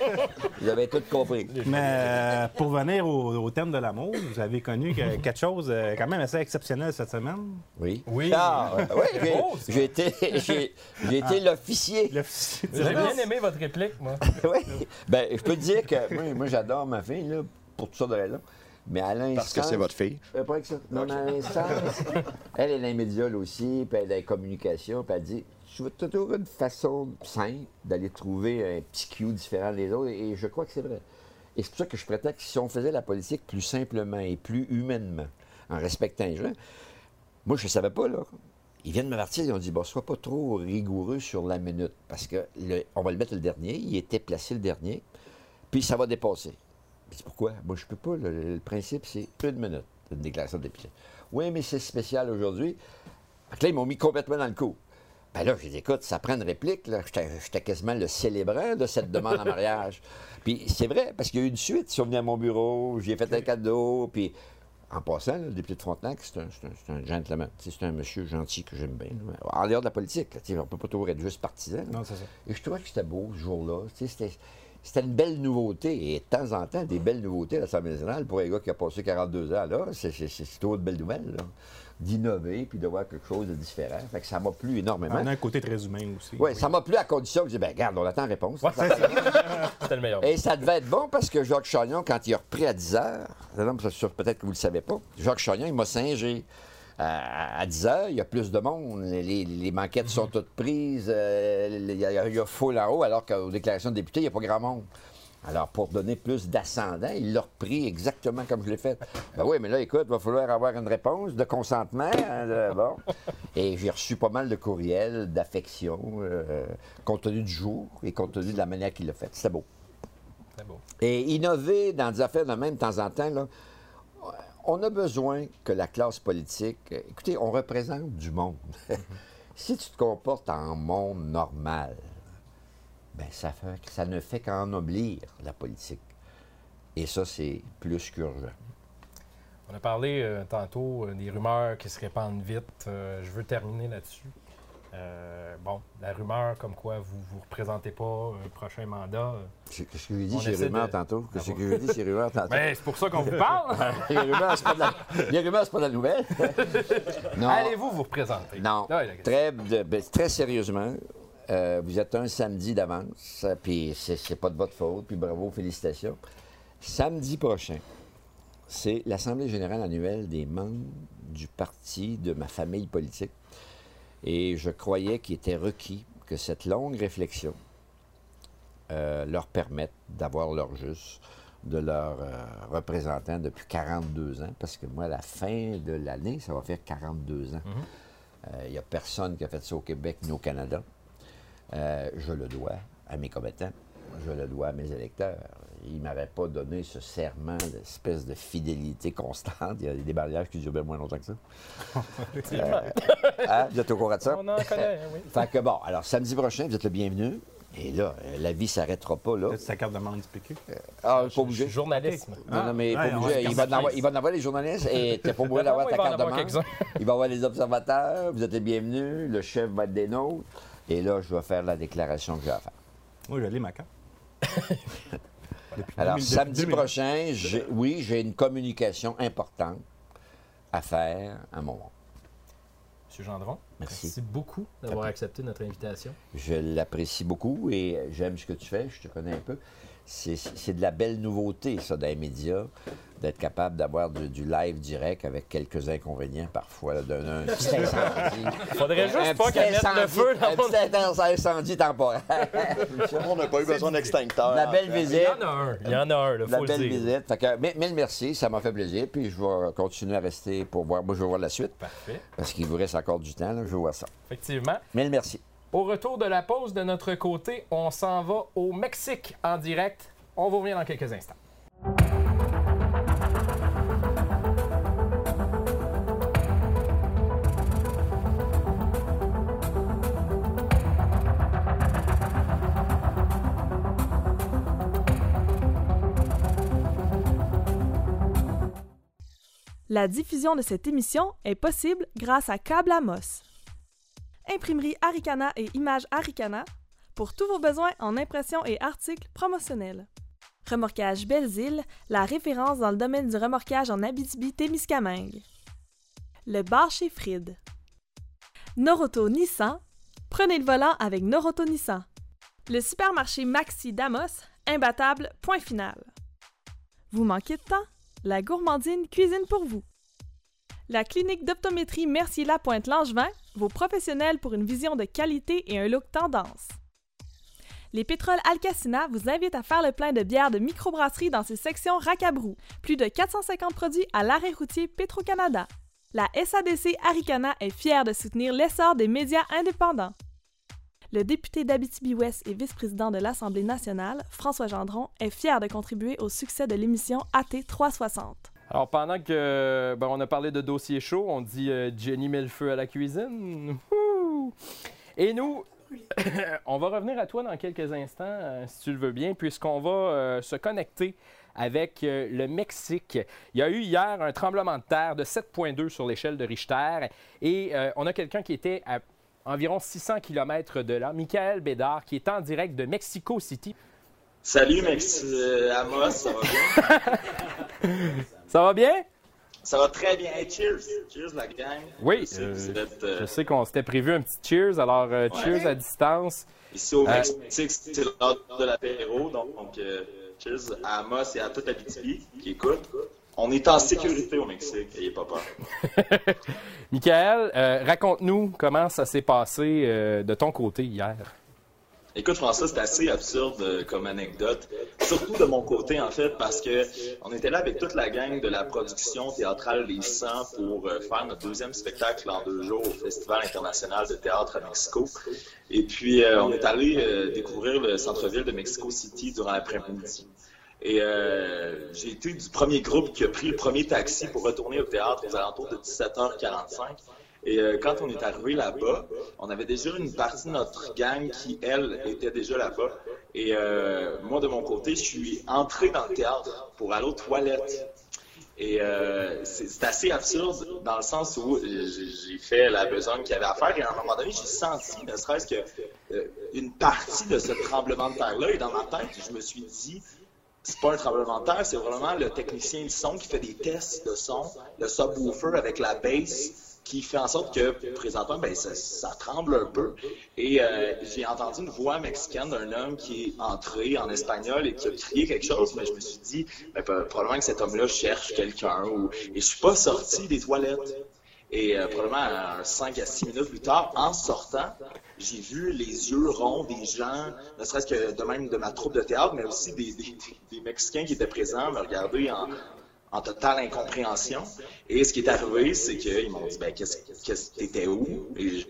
Ils avaient tout compris. Mais euh, pour venir au, au thème de l'amour, vous avez connu que, quelque chose euh, quand même assez exceptionnel cette semaine. Oui. Oui. Ah, euh, oui, j'ai, Oh, j'ai été, j'ai, j'ai été Ah. l'officier. L'officier. J'ai bien aimé votre réplique, moi. Oui. Ben, je peux te dire que moi, moi j'adore ma fille, là, pour tout ça de raisons. Mais à l'instant... Parce que c'est votre fille. Euh, pas que ça. Non, mais à l'instant, elle est dans les médias, là aussi, puis elle est dans les communications, puis elle dit, tu veux toujours une façon simple d'aller trouver un petit Q différent des autres, et je crois que c'est vrai. Et c'est pour ça que je prétends que si on faisait la politique plus simplement et plus humainement, en respectant les gens, moi, je ne savais pas, là. Ils viennent me partir, ils ont dit, bon, sois pas trop rigoureux sur la minute, parce que le, on va le mettre le dernier, il était placé le dernier, puis ça va dépasser. Je dis, pourquoi? Moi, je peux pas. Le, le principe, c'est une minute, une déclaration de député. Oui, mais c'est spécial aujourd'hui. Fait que là, ils m'ont mis complètement dans le coup. Ben là, j'ai dit, écoute, ça prend une réplique. Là. J'étais, j'étais quasiment le célébrant de cette demande en mariage. Puis c'est vrai, parce qu'il y a eu une suite. Ils sont venus à mon bureau, j'ai fait un cadeau, puis... En passant, là, le député de Frontenac, c'est un, c'est un, c'est un gentleman. T'sais, c'est un monsieur gentil que j'aime bien. Là. En dehors de la politique, là, on ne peut pas toujours être juste partisan. Là. Non, c'est ça. Et je trouvais que c'était beau, ce jour-là. C'était... C'était une belle nouveauté, et de temps en temps, des belles nouveautés à l'Assemblée nationale. Pour un gars qui a passé quarante-deux ans là, c'est, c'est, c'est toujours une belle nouvelle, là. D'innover puis de voir quelque chose de différent. Fait que ça m'a plu énormément. On a un côté très humain aussi. Oui, ça m'a plu à condition que je dis, ben regarde, on attend la réponse. Ouais, c'est ça. C'était le meilleur. Et ça devait être bon parce que Jacques Chagnon, quand il a repris à dix heures, peut-être que vous ne le savez pas, Jacques Chagnon, il m'a singé. À dix heures, il y a plus de monde. Les, les banquettes sont toutes prises. Euh, il, y a, il y a full en haut, alors qu'aux déclarations de députés, il n'y a pas grand monde. Alors, pour donner plus d'ascendant, il l'a repris exactement comme je l'ai fait. Ben oui, mais là, écoute, il va falloir avoir une réponse de consentement. Hein, de, bon. Et j'ai reçu pas mal de courriels, d'affection, euh, compte tenu du jour et compte tenu de la manière qu'il l'a fait. C'était beau. C'était beau. Et innover dans des affaires de même, de temps en temps, là, on a besoin que la classe politique... Écoutez, on représente du monde. Si tu te comportes en monde normal, bien, ça, fait, ça ne fait qu'ennoblir la politique. Et ça, c'est plus qu'urgent. On a parlé euh, tantôt euh, des rumeurs qui se répandent vite. Euh, je veux terminer là-dessus. Euh, bon, la rumeur comme quoi vous ne vous représentez pas un prochain mandat. Qu'est-ce que j'ai dit chez rumeurs de... tantôt? Qu'est-ce que j'ai dit chez rumeurs tantôt? Ben, c'est pour ça qu'on vous parle! Les rumeurs, c'est pas de la, les rumeurs, c'est pas de la nouvelle. Non. Allez-vous vous représenter? Non. Là, très, de, ben, très sérieusement, euh, vous êtes un samedi d'avance, puis c'est, c'est pas de votre faute, puis bravo, félicitations. Samedi prochain, c'est l'Assemblée générale annuelle des membres du parti de ma famille politique. Et je croyais qu'il était requis que cette longue réflexion euh, leur permette d'avoir leur juste de leurs euh, représentants depuis quarante-deux ans, parce que moi, à la fin de l'année, ça va faire quarante-deux ans. Il mm-hmm. n'y euh, a personne qui a fait ça au Québec ni au Canada. Euh, je le dois à mes combattants, je le dois à mes électeurs. Ils ne m'avaient pas donné ce serment d'espèce de fidélité constante. Il y a des mariages qui durent bien moins longtemps que ça. euh, hein, vous êtes au courant de ça? On en connaît, oui. Fait que bon, alors samedi prochain, vous êtes le bienvenu. Et là, la vie ne s'arrêtera pas là. C'est sa carte de membre du P Q? Euh, ah, pas obligé. Journalisme. Non, non, mais pas obligé. Il va, avoir, il va en avoir les journalistes et tu n'es pas obligé d'avoir ta carte de membre. Il va y avoir les observateurs, vous êtes les bienvenus, le chef va être des nôtres. Et là, je vais faire la déclaration que j'ai à faire. Oui, j'ai ma carte. Alors, samedi prochain, j'ai, oui, j'ai une communication importante à faire à mon monde. M. Gendron, merci. merci beaucoup d'avoir accepté notre invitation. Je l'apprécie beaucoup et j'aime ce que tu fais, je te connais un peu. C'est, c'est de la belle nouveauté, ça, dans les médias, d'être capable d'avoir du, du live direct avec quelques inconvénients parfois, là, d'un un petit incendie. Il faudrait juste pas qu'elle mette le feu dans un mon... petit incendie temporaire. On n'a pas eu besoin d'extincteur. La belle visite. Il y en a un, il y en a un, il faut la le belle dire. visite. Fait que, mille merci, ça m'a fait plaisir, puis je vais continuer à rester pour voir. Moi, je vais voir la suite. Parfait. Parce qu'il vous reste encore du temps, là, je vais voir ça. Effectivement. Mille merci. Au retour de la pause, de notre côté, on s'en va au Mexique en direct. On va revenir dans quelques instants. La diffusion de cette émission est possible grâce à Câble Amos. Imprimerie Arikana et Images Arikana pour tous vos besoins en impression et articles promotionnels. Remorquage Belles-Îles, la référence dans le domaine du remorquage en Abitibi-Témiscamingue. Le bar chez Fried. Noroto Nissan, prenez le volant avec Noroto Nissan. Le supermarché Maxi d'Amos, imbattable, point final. Vous manquez de temps? La gourmandine cuisine pour vous. La clinique d'optométrie Mercier-Lapointe-Langevin, vos professionnels pour une vision de qualité et un look tendance. Les pétroles Alcacina vous invitent à faire le plein de bières de microbrasserie dans ses sections Racabrou. Plus de quatre cent cinquante produits à l'arrêt routier Petro-Canada. La S A D C Arikana est fière de soutenir l'essor des médias indépendants. Le député d'Abitibi-Ouest et vice-président de l'Assemblée nationale, François Gendron, est fier de contribuer au succès de l'émission A T trois cent soixante. Alors, pendant que ben, on a parlé de dossier chaud, on dit euh, Jenny met le feu à la cuisine. Wouhou! Et nous, on va revenir à toi dans quelques instants, euh, si tu le veux bien, puisqu'on va euh, se connecter avec euh, le Mexique. Il y a eu hier un tremblement de terre de sept virgule deux sur l'échelle de Richter et euh, on a quelqu'un qui était à environ six cents kilomètres de là, Michael Bédard, qui est en direct de Mexico City. Salut, Mex euh, Amos, ça va bien? Ça va bien? Ça va très bien. Hey, cheers! Cheers, la gang. Oui, je sais, euh, êtes, euh... je sais qu'on s'était prévu un petit cheers, alors euh, ouais. Cheers à distance. Ici au Mexique, euh... c'est l'heure de l'apéro, donc, donc euh, cheers à Amos et à toute l'Abitibi qui écoute. On est en sécurité au Mexique, n'ayez pas peur. Michael, euh, raconte-nous comment ça s'est passé euh, de ton côté hier. Écoute, François, c'est assez absurde euh, comme anecdote, surtout de mon côté, en fait, parce que on était là avec toute la gang de la production théâtrale Les cent pour euh, faire notre deuxième spectacle en deux jours au Festival international de théâtre à Mexico. Et puis, euh, on est allé euh, découvrir le centre-ville de Mexico City durant l'après-midi. Et euh, j'ai été du premier groupe qui a pris le premier taxi pour retourner au théâtre aux alentours de dix-sept heures quarante-cinq. Et euh, quand on est arrivé là-bas, on avait déjà une partie de notre gang qui, elle, était déjà là-bas. Et euh, moi, de mon côté, je suis entré dans le théâtre pour aller aux toilettes. Et euh, c'est assez absurde dans le sens où j'ai fait la besogne qu'il y avait à faire. Et à un moment donné, j'ai senti, ne serait-ce que euh, une partie de ce tremblement de terre-là. Et dans ma tête, je me suis dit... C'est pas un tremblement de terre, c'est vraiment le technicien de son qui fait des tests de son, le subwoofer avec la bass, qui fait en sorte que, présentement, ben, ça, ça tremble un peu. Et euh, j'ai entendu une voix mexicaine d'un homme qui est entré en espagnol et qui a crié quelque chose, mais je me suis dit, ben, probablement que cet homme-là cherche quelqu'un. Ou... Et je suis pas sorti des toilettes. Et euh, probablement cinq à six minutes plus tard, en sortant, j'ai vu les yeux ronds des gens, ne serait-ce que de même de ma troupe de théâtre, mais aussi des, des, des Mexicains qui étaient présents me regarder en, en totale incompréhension. Et ce qui est arrivé, c'est qu'ils m'ont dit, ben, qu'est-ce que t'étais où? Et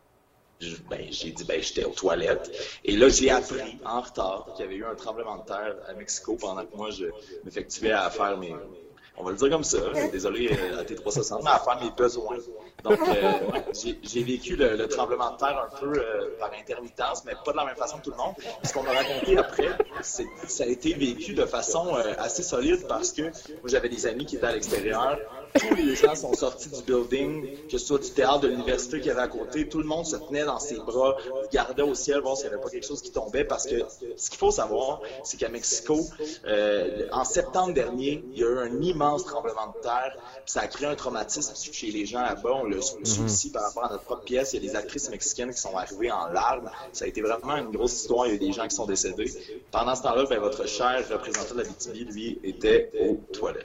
je, ben, j'ai dit, ben, j'étais aux toilettes. Et là, j'ai appris en retard qu'il y avait eu un tremblement de terre à Mexico pendant que moi, je m'effectuais à faire mes... On va le dire comme ça, désolé euh, à T trois cent soixante, mais à faire mes besoins. Donc, euh, j'ai vécu le, le tremblement de terre un peu euh, par intermittence, mais pas de la même façon que tout le monde. Ce qu'on m'a raconté après, ça a été vécu de façon euh, assez solide parce que moi, j'avais des amis qui étaient à l'extérieur. Tous les gens sont sortis du building, que ce soit du théâtre de l'université qu'il y avait à côté. Tout le monde se tenait dans ses bras, regardait au ciel, voir s'il n'y avait pas quelque chose qui tombait. Parce que ce qu'il faut savoir, c'est qu'à Mexico, euh, en septembre dernier, il y a eu un immense tremblement de terre. Puis ça a créé un traumatisme chez les gens là-bas. On l'a su mm-hmm. aussi par rapport à notre propre pièce. Il y a des actrices mexicaines qui sont arrivées en larmes. Ça a été vraiment une grosse histoire. Il y a eu des gens qui sont décédés. Pendant ce temps-là, ben, votre cher représentant de la Abitibi, lui, était aux toilettes.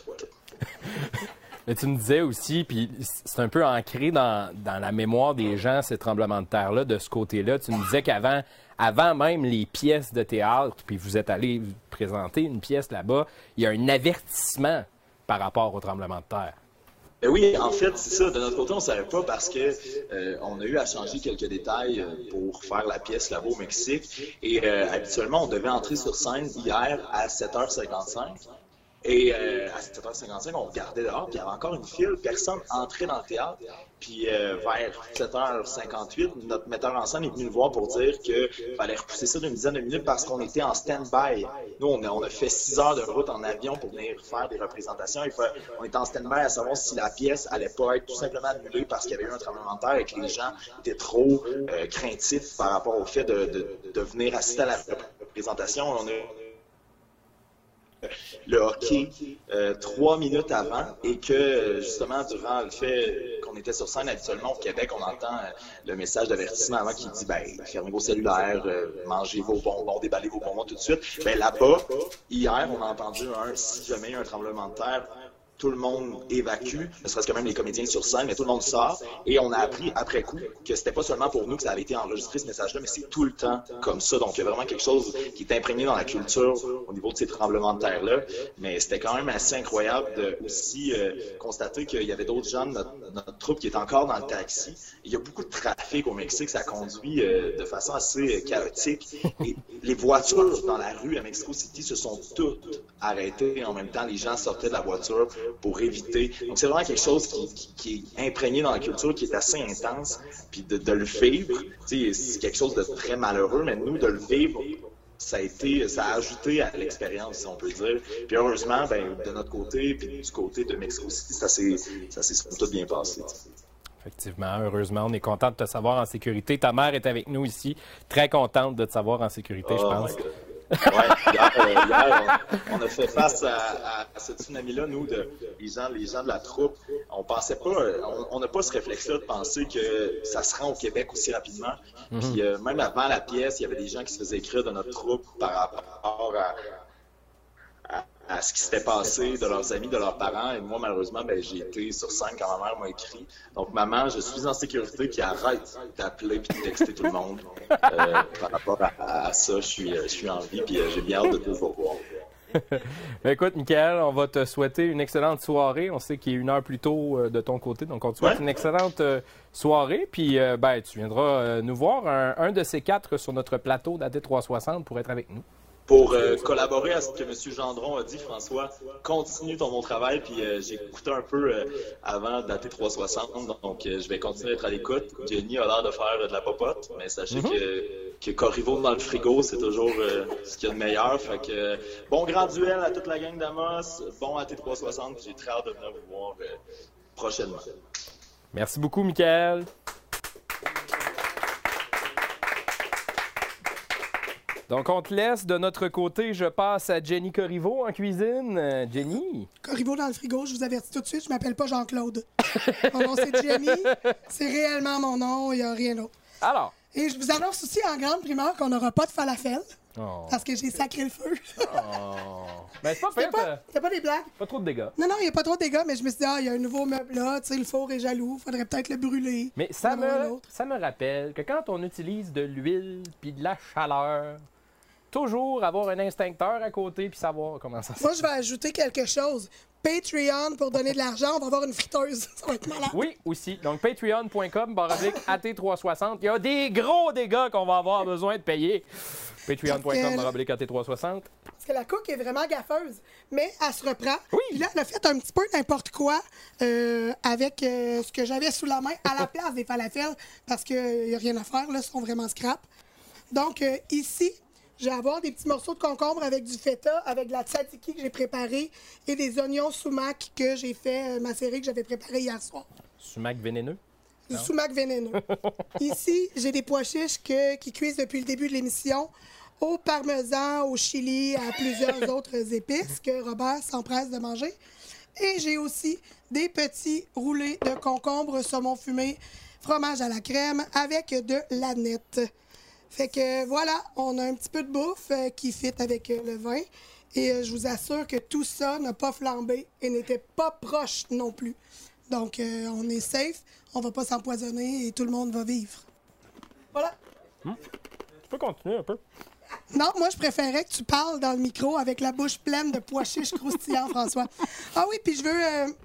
Mais tu me disais aussi, puis c'est un peu ancré dans, dans la mémoire des gens, ces tremblements de terre-là, de ce côté-là. Tu me disais qu'avant avant même les pièces de théâtre, puis vous êtes allé présenter une pièce là-bas, il y a un avertissement par rapport au tremblement de terre. Ben oui, en fait, c'est ça. De notre côté, on ne savait pas parce que euh, on a eu à changer quelques détails pour faire la pièce là-bas au Mexique. Et euh, habituellement, on devait entrer sur scène hier à sept heures cinquante-cinq. Et euh, à sept heures cinquante-cinq, on regardait dehors, puis il y avait encore une file. Personne entrait dans le théâtre. Puis euh, vers sept heures cinquante-huit, notre metteur en scène est venu nous voir pour dire qu'il fallait repousser ça d'une dizaine de minutes parce qu'on était en stand-by. Nous, on a, on a fait six heures de route en avion pour venir faire des représentations. Il faut, on était en stand-by à savoir si la pièce allait pas être tout simplement annulée parce qu'il y avait eu un tremblement de terre et que les gens étaient trop euh, craintifs par rapport au fait de, de, de venir assister à la représentation. On a le hockey euh, trois minutes avant et que justement durant le fait qu'on était sur scène habituellement au Québec, on entend euh, le message d'avertissement avant qui dit ben fermez vos cellulaires, euh, mangez vos bonbons, déballez vos bonbons tout de suite. Ben là-bas, hier, on a entendu un si jamais il y a un tremblement de terre, tout le monde évacue, ne serait-ce que même les comédiens sur scène, mais tout le monde sort. Et on a appris après coup que c'était pas seulement pour nous que ça avait été enregistré ce message-là, mais c'est tout le temps comme ça. Donc il y a vraiment quelque chose qui est imprégné dans la culture au niveau de ces tremblements de terre-là. Mais c'était quand même assez incroyable de aussi euh, constater qu'il y avait d'autres gens de notre, notre troupe qui étaient encore dans le taxi. Il y a beaucoup de trafic au Mexique, ça conduit euh, de façon assez chaotique. Et les voitures dans la rue à Mexico City se sont toutes arrêtées. En même temps, les gens sortaient de la voiture pour éviter. Donc, c'est vraiment quelque chose qui, qui, qui est imprégné dans la culture, qui est assez intense. Puis de, de le vivre, c'est quelque chose de très malheureux, mais nous, de le vivre, ça a été, ça a ajouté à l'expérience, si on peut dire. Puis heureusement, ben, de notre côté, puis du côté de Mexico City, ça s'est, ça s'est tout bien passé. T'sais. Effectivement, heureusement, on est content de te savoir en sécurité. Ta mère est avec nous ici, très contente de te savoir en sécurité, oh, je pense. Oui, hier, euh, hier on, on a fait face à, à, à ce tsunami-là, nous, de, les, gens, les gens de la troupe. On pensait pas, on n'a pas ce réflexe-là de penser que ça se rend au Québec aussi rapidement. Mm-hmm. Puis euh, même avant la pièce, il y avait des gens qui se faisaient écrire de notre troupe par rapport à, à, à ce qui s'était passé, de leurs amis, de leurs parents. Et moi, malheureusement, ben, j'ai été sur scène quand ma mère m'a écrit. Donc, maman, je suis en sécurité, puis arrête d'appeler puis de texter tout le monde. Euh, par rapport à, à ça, je suis, je suis en vie, puis j'ai bien hâte de tout vous revoir. Ben écoute, Michael, on va te souhaiter une excellente soirée. On sait qu'il est une heure plus tôt euh, de ton côté, donc on te souhaite ouais. une excellente euh, soirée. Puis, euh, ben, tu viendras euh, nous voir un, un de ces quatre sur notre plateau d'A T trois cent soixante pour être avec nous. Pour euh, collaborer à ce que M. Gendron a dit, François, continue ton bon travail. Puis euh, j'ai écouté un peu euh, avant d'A T trois cent soixante, donc euh, je vais continuer d'être à l'écoute. Jenny a l'air de faire euh, de la popote, mais sachez mm-hmm. que, que Corriveau dans le frigo, c'est toujours euh, ce qu'il y a de meilleur. Fait que euh, bon grand duel à toute la gang d'Amos, bon A T trois cent soixante, j'ai très hâte de venir vous voir euh, prochainement. Merci beaucoup, Michael. Donc, on te laisse. De notre côté, je passe à Jenny Corriveau en cuisine. Euh, Jenny? Corriveau dans le frigo, je vous avertis tout de suite, je m'appelle pas Jean-Claude. Mon nom, c'est Jenny. C'est réellement mon nom, il n'y a rien d'autre. Alors? Et je vous annonce aussi en grande primeur qu'on n'aura pas de falafel. Oh. Parce que j'ai sacré le feu. oh. Ben, c'est pas fait. Pas, c'était pas des blagues. Pas trop de dégâts. Non, non, il n'y a pas trop de dégâts, mais je me suis dit, ah, il y a un nouveau meuble là, tu sais, le four est jaloux, faudrait peut-être le brûler. Mais ça me, ça me rappelle que quand on utilise de l'huile puis de la chaleur, toujours avoir un instincteur à côté puis savoir comment ça se passe. Moi, je vais ajouter quelque chose. Patreon pour donner de l'argent, on va avoir une friteuse. Ça va être malade. Oui, aussi. Donc, patreon point com, barre oblique A T trois cent soixante. Il y a des gros dégâts qu'on va avoir besoin de payer. patreon point com, barre oblique A T trois cent soixante. Parce que la cook est vraiment gaffeuse, mais elle se reprend. Oui. Puis là, elle a fait un petit peu n'importe quoi euh, avec euh, ce que j'avais sous la main à la place des falafels, parce qu'il n'y a rien à faire, là, ils sont vraiment scrap. Donc, euh, ici, je vais avoir des petits morceaux de concombre avec du feta, avec de la tzatziki que j'ai préparée et des oignons sumac que j'ai fait euh, macérer, que j'avais préparé hier soir. Sumac vénéneux? Du non. Sumac vénéneux. Ici, j'ai des pois chiches que, qui cuisent depuis le début de l'émission au parmesan, au chili, à plusieurs autres épices que Robert s'empresse de manger. Et j'ai aussi des petits roulés de concombre, saumon fumé, fromage à la crème avec de l'aneth. Fait que voilà, on a un petit peu de bouffe euh, qui fit avec euh, le vin. Et euh, je vous assure que tout ça n'a pas flambé et n'était pas proche non plus. Donc, euh, on est safe, on va pas s'empoisonner et tout le monde va vivre. Voilà. Mmh. Tu peux continuer un peu? Non, moi, je préférais que tu parles dans le micro avec la bouche pleine de pois chiches croustillants, François. Ah oui, puis je veux... Euh,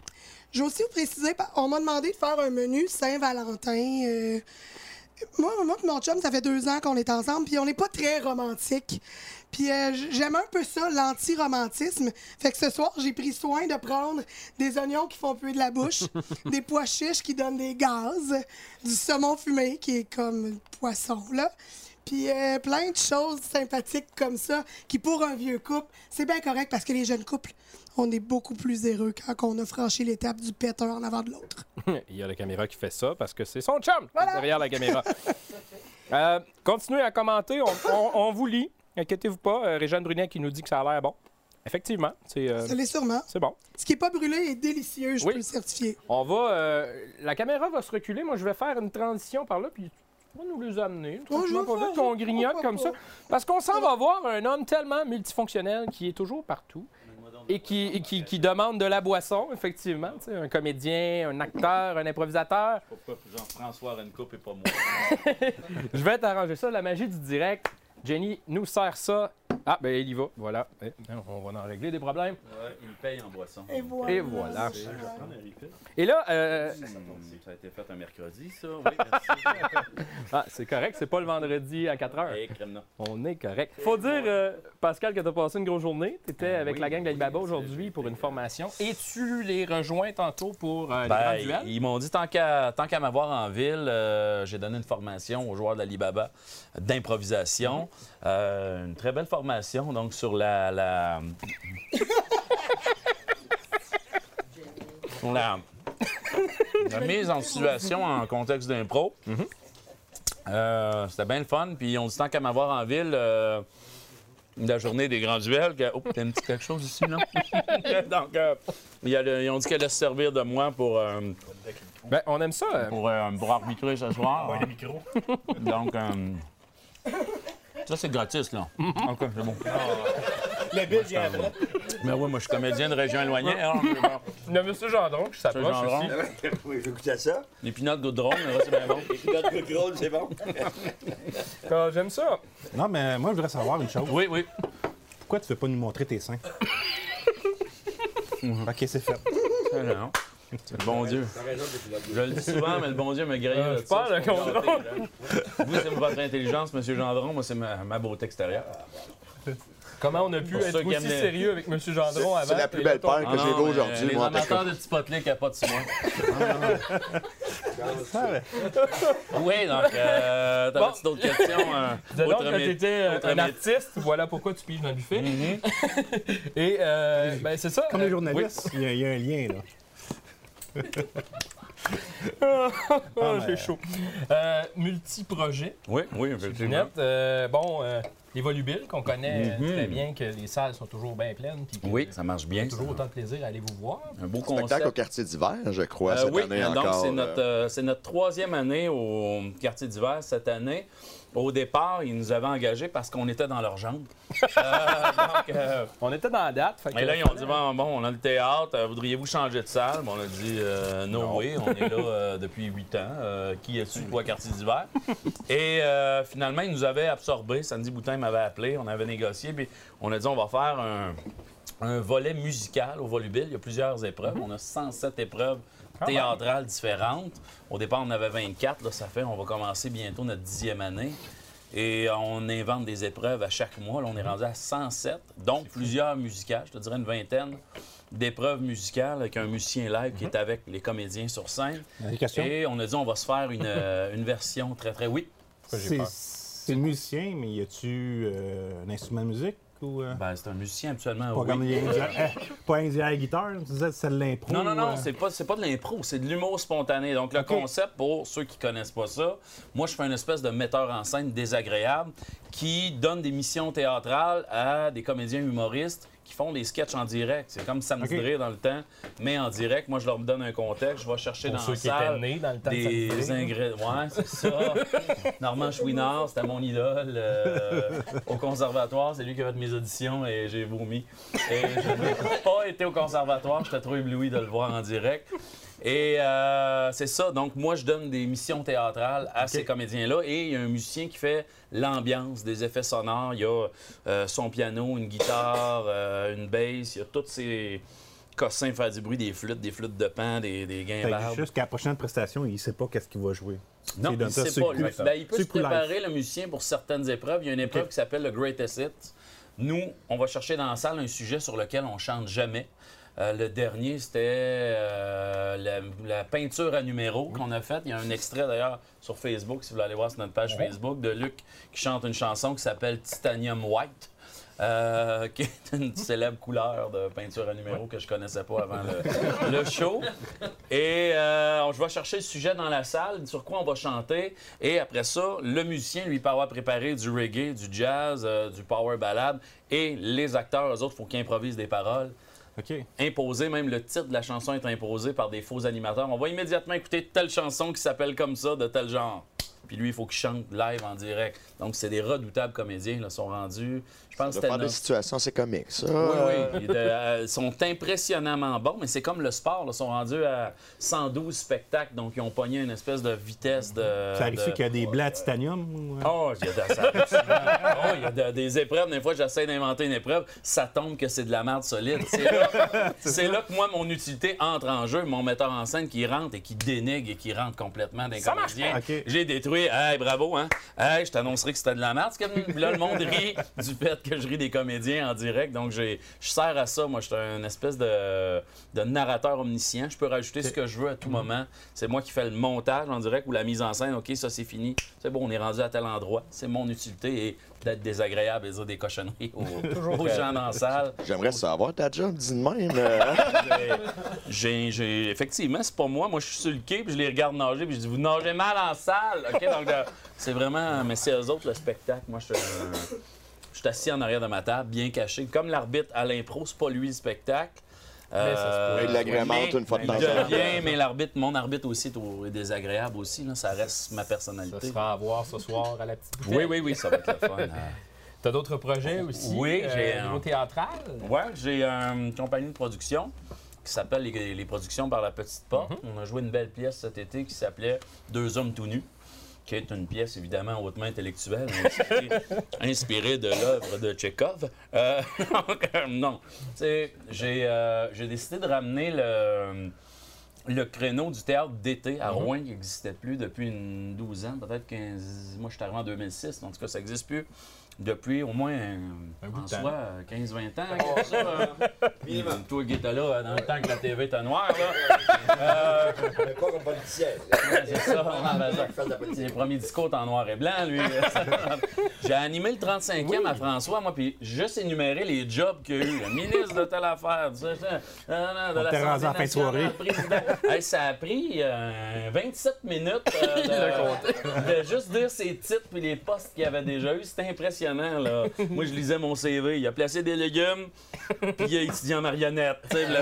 Je veux aussi vous préciser, on m'a demandé de faire un menu Saint-Valentin. Euh, moi, moi et mon chum, ça fait deux ans qu'on est ensemble, puis on n'est pas très romantique. Puis euh, j'aime un peu ça, l'anti-romantisme. Fait que ce soir, j'ai pris soin de prendre des oignons qui font puer de la bouche, des pois chiches qui donnent des gaz, du saumon fumé qui est comme poisson, là. Puis euh, plein de choses sympathiques comme ça, qui pour un vieux couple, c'est bien correct parce que les jeunes couples, on est beaucoup plus heureux quand on a franchi l'étape du pète un en avant de l'autre. Il y a la caméra qui fait ça parce que c'est son chum voilà. derrière la caméra. euh, continuez à commenter, on, on, on vous lit. Inquiétez-vous pas, euh, Réjeanne Brunet qui nous dit que ça a l'air bon. Effectivement, c'est... Euh, ça l'est sûrement. C'est bon. Ce qui n'est pas brûlé est délicieux, je oui. peux le certifier. On va... Euh, la caméra va se reculer. Moi, je vais faire une transition par là, puis on va nous les amener. Oh, je pas vite qu'on grignote comme ça. Parce qu'on s'en va voir un homme tellement multifonctionnel qui est toujours partout et qui, et qui, qui demande de la boisson, effectivement. Tu sais, un comédien, un acteur, un improvisateur. Pourquoi Jean-François Rennecoup et pas moi? Je vais t'arranger ça, la magie du direct. Jenny nous sert ça. Ah, ben il y va, voilà. On va en régler des problèmes. Ouais, il me paye en boisson. Et voilà. Et voilà. Et là, euh... ça a été fait un mercredi, ça. Oui, merci. Ah, c'est correct, c'est pas le vendredi à quatre heures. Hey, crème, on est correct. Faut dire, euh, Pascal, que t'as passé une grosse journée. T'étais avec oui, la gang d'Alibaba aujourd'hui pour une formation. Et tu les rejoins tantôt pour euh, les ben, grands duels? Ils m'ont dit, tant qu'à tant qu'à m'avoir en ville, euh, j'ai donné une formation aux joueurs d'Alibaba d'improvisation. Euh, une très belle formation, donc sur la... la... sur la... la mise en situation en contexte d'impro. Mm-hmm. euh, c'était bien le fun. Puis ils ont dit, tant qu'à m'avoir en ville, euh, la journée des grands duels... Que... Oh, t'as un petit quelque chose ici, non? Donc, euh, ils ont dit qu'elle allait se servir de moi pour... Euh, ben, on aime ça. Euh... Pour, euh, pour arbitrer ce soir. Ouais, les micros. Donc... Euh, ça, c'est gratis, là. OK, c'est bon. Le bill vient après. Mais oui, moi, je suis comédien de région éloignée. Il y a M. Gendron qui s'approche aussi. Oui, je goûtais ça. Les pinottes Goudron, c'est bien bon. Les pinottes Goudron, c'est bon. Ah, j'aime ça. Non, mais moi, je voudrais savoir une chose. Oui, oui. Pourquoi tu ne veux pas nous montrer tes seins? OK, c'est fait. Ah, non. C'est le bon Dieu. Je le dis souvent, mais le bon Dieu me grille. Euh, je parle de contrôle. Vous, c'est votre intelligence, M. Gendron. Moi, c'est ma, ma beauté extérieure. Comment on a pu être aussi sérieux avec M. Gendron avant? C'est la plus belle paire que j'ai vue aujourd'hui. Les moi, amateurs de petits potelets capotent sur moi. Oui, donc, euh, t'avais-tu bon. d'autres questions? Euh, Disais donc que t'étais un artiste, voilà pourquoi tu piges dans le buffet. Mm-hmm. Et, euh, ben, c'est ça. Comme les journalistes, oui. il, y a, il y a un lien, là. oh, oh, j'ai chaud. Euh, multi-projet. Oui, oui, effectivement. Euh, bon, euh, les Volubiles, qu'on connaît mm-hmm. très bien, que les salles sont toujours bien pleines. Puis oui, ça marche bien. toujours ça. Autant de plaisir à aller vous voir. Un beau spectacle concept. au quartier d'hiver, je crois, euh, cette oui, année donc encore. c'est notre, euh, c'est notre troisième année au quartier d'hiver cette année. Au départ, ils nous avaient engagés parce qu'on était dans leur jambe. euh, donc, euh, on était dans la date. Et là, ils ont dit, bon, bon, on a le théâtre, euh, voudriez-vous changer de salle? Bon, on a dit, euh, no non. way, on est là euh, depuis huit ans. Euh, qui es-tu, toi, quartier d'hiver? Et euh, finalement, ils nous avaient absorbés. Sandy Boutin m'avait appelé, on avait négocié, puis on a dit, on va faire un, un volet musical au Volubile. Il y a plusieurs épreuves. On a cent sept épreuves théâtrales différentes. Au départ, on en avait vingt-quatre. Là, ça fait, on va commencer bientôt notre dixième année. Et on invente des épreuves à chaque mois. Là, on est rendu à cent sept, donc plusieurs musicales. Je te dirais une vingtaine d'épreuves musicales avec un musicien live qui est avec les comédiens sur scène. Et on a dit, on va se faire une, euh, une version très, très... Oui. C'est le musicien, mais y a-tu euh, un instrument de musique? Ou, euh... ben, c'est un musicien, absolument. Pas oui. comme les... Pas un la guitare, tu disais c'est de l'impro. Non, non, non, euh... c'est pas, c'est pas de l'impro, c'est de l'humour spontané. Donc, le okay. concept, pour ceux qui connaissent pas ça, moi, je fais une espèce de metteur en scène désagréable qui donne des missions théâtrales à des comédiens humoristes qui font des sketchs en direct. C'est comme Samedi okay. Rire dans le temps, mais en direct. Moi, je leur donne un contexte. Je vais chercher pour dans ceux la qui salle étaient nés dans le temps des ingrédients. Ouais, c'est ça. Normand Chouinard, c'était mon idole. Euh, au conservatoire, c'est lui qui a fait mes auditions et j'ai vomi. Et je n'ai pas été au conservatoire. J'étais trop ébloui de le voir en direct. Et euh, c'est ça. Donc, moi, je donne des missions théâtrales à okay. ces comédiens-là. Et il y a un musicien qui fait l'ambiance, des effets sonores. Il y a euh, son piano, une guitare, euh, une bass. Il y a toutes ces, cossin faire du bruit, des flûtes, des flûtes de pan, des, des guimbardes. Jusqu'à la prochaine prestation, il ne sait pas qu'est-ce qu'il va jouer. Non, il ne sait pas. Lui. Ben, il peut se préparer, live. le musicien, pour certaines épreuves. Il y a une épreuve okay. qui s'appelle le Greatest Hits. Nous, on va chercher dans la salle un sujet sur lequel on chante jamais. Euh, le dernier, c'était euh, la, la peinture à numéro oui. qu'on a faite. Il y a un extrait d'ailleurs sur Facebook, si vous voulez aller voir sur notre page oui. Facebook, de Luc qui chante une chanson qui s'appelle Titanium White. Euh, qui est une célèbre couleur de peinture à numéro que je connaissais pas avant le, le show. Et euh, je vais chercher le sujet dans la salle, sur quoi on va chanter. Et après ça, le musicien, lui, peut avoir préparé du reggae, du jazz, euh, du power ballade. Et les acteurs, eux autres, il faut qu'ils improvisent des paroles. Okay. Imposé, même le titre de la chanson est imposé par des faux animateurs. On va immédiatement écouter telle chanson qui s'appelle comme ça, de tel genre. Puis lui, il faut qu'il chante live en direct. Donc, c'est des redoutables comédiens, là, sont rendus. Je pense ça que faire notre... des situations assez comiques, ça. Oui, oui. Ils euh, sont impressionnamment bons, mais c'est comme le sport. Là, ils sont rendus à cent douze spectacles, donc ils ont pogné une espèce de vitesse de... Ça arrive de... qu'il y a des blancs à titanium? Ou... Oh, il y a, de... ça arrive souvent. Oh, il y a de... des épreuves. Des fois, j'essaie d'inventer une épreuve, ça tombe que c'est de la merde solide. C'est là... c'est là que moi, mon utilité entre en jeu. Mon metteur en scène qui rentre et qui dénigre et qui rentre complètement des comédiens. Okay. J'ai détruit. Hey, bravo, hein? Hey, je t'annoncerai que c'était de la merde. Là, le monde rit du fait que je ris des comédiens en direct. Donc, je sers à ça. Moi, je suis un espèce de, de narrateur omniscient. Je peux rajouter ce que je veux à tout mm-hmm. moment. C'est moi qui fais le montage en direct ou la mise en scène. OK, ça, c'est fini. C'est bon, on est rendu à tel endroit. C'est mon utilité et d'être désagréable et dire des cochonneries aux, aux gens dans la salle. J'aimerais savoir ta job, dis de même. j'ai, j'ai, effectivement, c'est pas moi. Moi, je suis sur le quai puis je les regarde nager puis je dis, vous nagez mal en salle. OK, donc euh, c'est vraiment... Mais c'est eux autres, le spectacle. Moi, je suis... Euh, Je suis assis en arrière de ma table, bien caché. Comme l'arbitre à l'impro, c'est pas lui le spectacle. Euh, il l'agrémente une fois de temps en temps. Mais l'arbitre, mon arbitre aussi est, au, est désagréable aussi. Là, ça reste ma personnalité. Ça sera à voir ce soir à la petite bouteille. Oui, oui, oui, ça va être le fun. Tu as d'autres projets aussi? Oui, j'ai euh, un... Au niveau théâtral? Oui, j'ai une compagnie de production qui s'appelle les, les Productions par la Petite Porte. Mm-hmm. On a joué une belle pièce cet été qui s'appelait Deux hommes tout nus, qui est une pièce évidemment hautement intellectuelle, inspirée, inspirée de l'œuvre de Tchekhov. Euh, non, j'ai euh, décidé de ramener le, le créneau du théâtre d'été à Rouen, qui n'existait plus depuis une douzaine, peut-être quinze. Moi, je suis arrivé en deux mille six, en tout cas, ça n'existe plus depuis au moins un, un en soi quinze vingt ans. Oh. Ça, euh, toi qui étais là dans le temps que la T V était noire. Euh, mais pas comme politicien. C'est ça. C'est les premiers discours en noir et blanc, lui. J'ai animé le trente-cinquième oui. à François, moi, puis juste énuméré les jobs qu'il y a eu. Le ministre de telle affaire, de l'Assemblée nationale, fin de soirée. Hey, ça a pris euh, vingt-sept minutes euh, de, de juste dire ses titres puis les postes qu'il y avait déjà eu. C'était impressionnant. Là. Moi, je lisais mon C V. Il a placé des légumes, puis il a étudié en marionnette.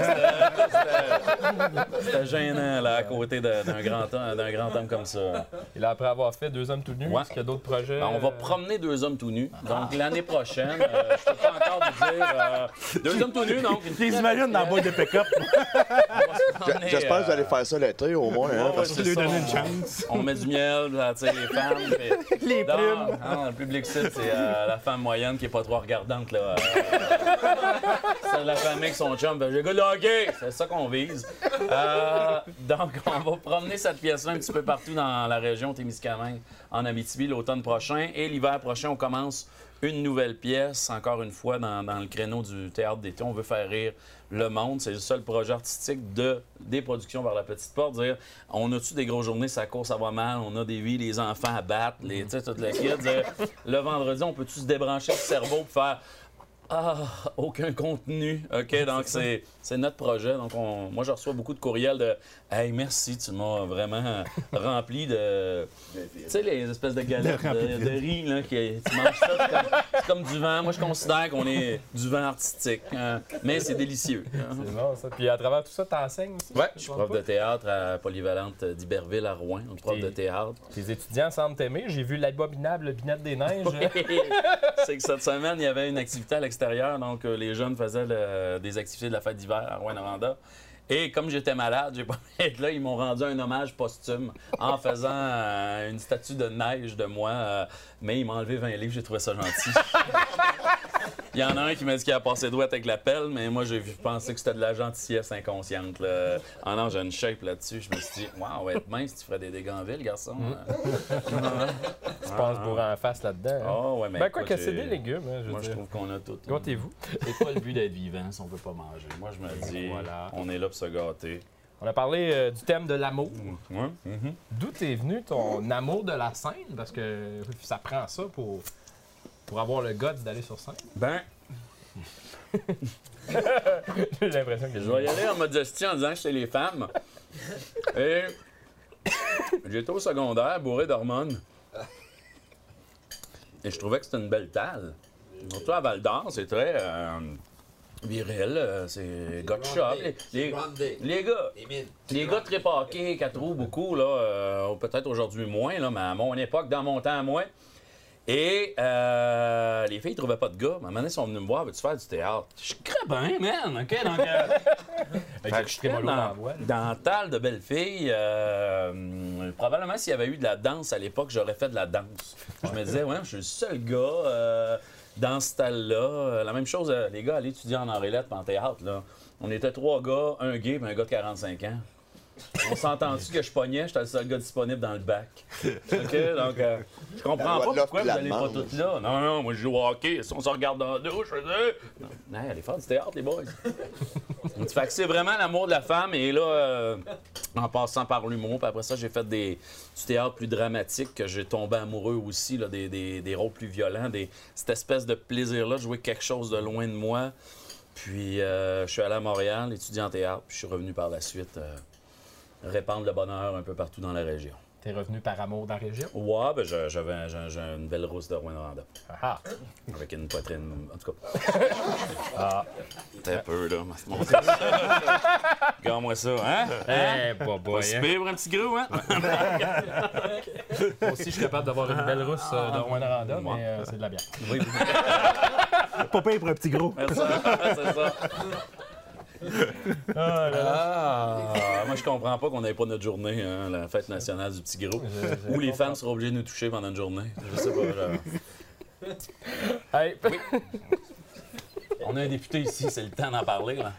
C'était gênant là, à côté d'un grand, d'un grand homme comme ça. Et là, après avoir fait Deux hommes tout nus, ouais. est-ce qu'il y a d'autres projets? Ben, on va promener Deux hommes tout nus. Donc, l'année prochaine, euh, je ne peux pas encore vous dire... Euh, deux hommes tout nus, donc... Tu imagines dans la boîte de pick-up. J'espère que vous allez faire ça l'été, au moins. Hein, ouais, parce que lui donner une chance. On met du miel, ça attire les femmes. Puis, les dans, plumes. Hein, le public site, c'est euh, la femme moyenne qui n'est pas trop regardante. Là. Euh, c'est la famille avec son chum. Ben, j'ai goût de hockey. C'est ça qu'on vise. Euh, donc, on va promener cette pièce-là un petit peu partout dans la région Témiscamingue, en Abitibi, l'automne prochain. Et l'hiver prochain, on commence une nouvelle pièce, encore une fois, dans, dans le créneau du théâtre d'été. On veut faire rire le monde. C'est le seul projet artistique de, des productions vers la petite porte. Dire, on a-tu des grosses journées, ça court, ça va mal, on a des vies, les enfants à battre, les, tu sais, toute la kid. Dire, le vendredi, on peut-tu se débrancher du cerveau pour faire ah, aucun contenu. OK, donc c'est, c'est notre projet. Donc, on, moi, je reçois beaucoup de courriels de hey, merci, tu m'as vraiment rempli de. Tu sais, les espèces de galettes de, de, de riz, là, qui, tu manges ça, c'est comme, c'est comme du vent. Moi, je considère qu'on est du vent artistique. Hein, mais c'est délicieux. C'est bon, ça. Puis à travers tout ça, tu enseignes aussi? Oui, je suis prof de théâtre à Polyvalente d'Iberville à Rouen. Donc, prof de théâtre. Tes étudiants semblent t'aimer. J'ai vu l'abominable Binette des Neiges. C'est que cette semaine, il y avait une activité à l'extérieur. Donc, euh, les jeunes faisaient le, des activités de la fête d'hiver à Rouyn-Noranda. Et comme j'étais malade, j'ai pas pu être là, ils m'ont rendu un hommage posthume en faisant euh, une statue de neige de moi. Euh, mais ils m'ont enlevé vingt livres, j'ai trouvé ça gentil. Il y en a un qui m'a dit qu'il a passé droite avec la pelle, mais moi, j'ai pensé que c'était de la gentillesse inconsciente. Là. Ah non, j'ai une shape là-dessus. Je me suis dit, waouh, être mince, tu ferais des dégâts en ville, garçon. Mm. Tu passes pour en face là-dedans. Hein? Oh, ouais, mais ben, quoi écoute, que c'est des légumes. Hein, je moi, dire. je trouve qu'on a tout. Gâtez-vous. C'est pas le but d'être vivant si on peut pas manger. Moi, je me dis, voilà. on est là pour se gâter. On a parlé euh, du thème de l'amour. Ouais. Mm-hmm. D'où est venu ton amour de la scène? Parce que ça prend ça pour, pour avoir le guts d'aller sur scène. Ben... J'ai l'impression que je vais y aller en modestie en disant que c'est les femmes. Et j'étais au secondaire, bourré d'hormones. Et je trouvais que c'était une belle talle. Surtout à Val-d'Or, c'est très euh, viril, euh, c'est gars de shop. Les, les, les gars, les gars très paqués, quatre roues, beaucoup, là, euh, peut-être aujourd'hui moins, là, mais à mon époque, dans mon temps, moins. Et euh, les filles ne trouvaient pas de gars. À un moment donné, ils sont venus me voir, veux-tu faire du théâtre? Je crée bien, man, OK? Donc, euh, fait que je suis dans, dans Tal de belles filles. Euh, probablement, s'il y avait eu de la danse à l'époque, j'aurais fait de la danse. Je me disais, ouais, je suis le seul gars euh, dans ce tal-là. La même chose, euh, les gars allaient étudier en Henriette et en théâtre. Là. On était trois gars, un gay et un gars de quarante-cinq ans. On s'est entendu que je pognais, j'étais le seul gars disponible dans le bac. OK? Donc, euh, je comprends pas pourquoi vous n'allez pas tous là. Non, non, moi je joue au hockey. Si on se regarde dans la douche, je faisais. Non, non, allez faire du théâtre, les boys. Fait que c'est vraiment l'amour de la femme. Et là, euh, en passant par l'humour, puis après ça, j'ai fait des, du théâtre plus dramatique, que j'ai tombé amoureux aussi, là, des, des, des rôles plus violents, des, cette espèce de plaisir-là, de jouer quelque chose de loin de moi. Puis, euh, je suis allé à Montréal, étudier en théâtre, puis je suis revenu par la suite. Euh, répandre le bonheur un peu partout dans la région. T'es revenu par amour dans la région? Ouais, ben j'avais j'ai une belle rousse de Rwanda. Ah! Avec une poitrine, en tout cas. Ah! T'es un peu, là. Regarde-moi ça, hein? Eh, bah, boy, pas si pire pour un petit gros, hein? Moi aussi, je suis capable d'avoir une belle rousse euh, de Rwanda, mais euh, c'est de la bière. Oui, pas pire pour un petit gros. C'est ça. Ah, là, là. Ah, moi, je comprends pas qu'on n'ait pas notre journée, hein, la fête nationale du petit gros, où les femmes seront obligées de nous toucher pendant une journée. Je sais pas. Genre... Hey. Oui. On a un député ici, c'est le temps d'en parler. Là.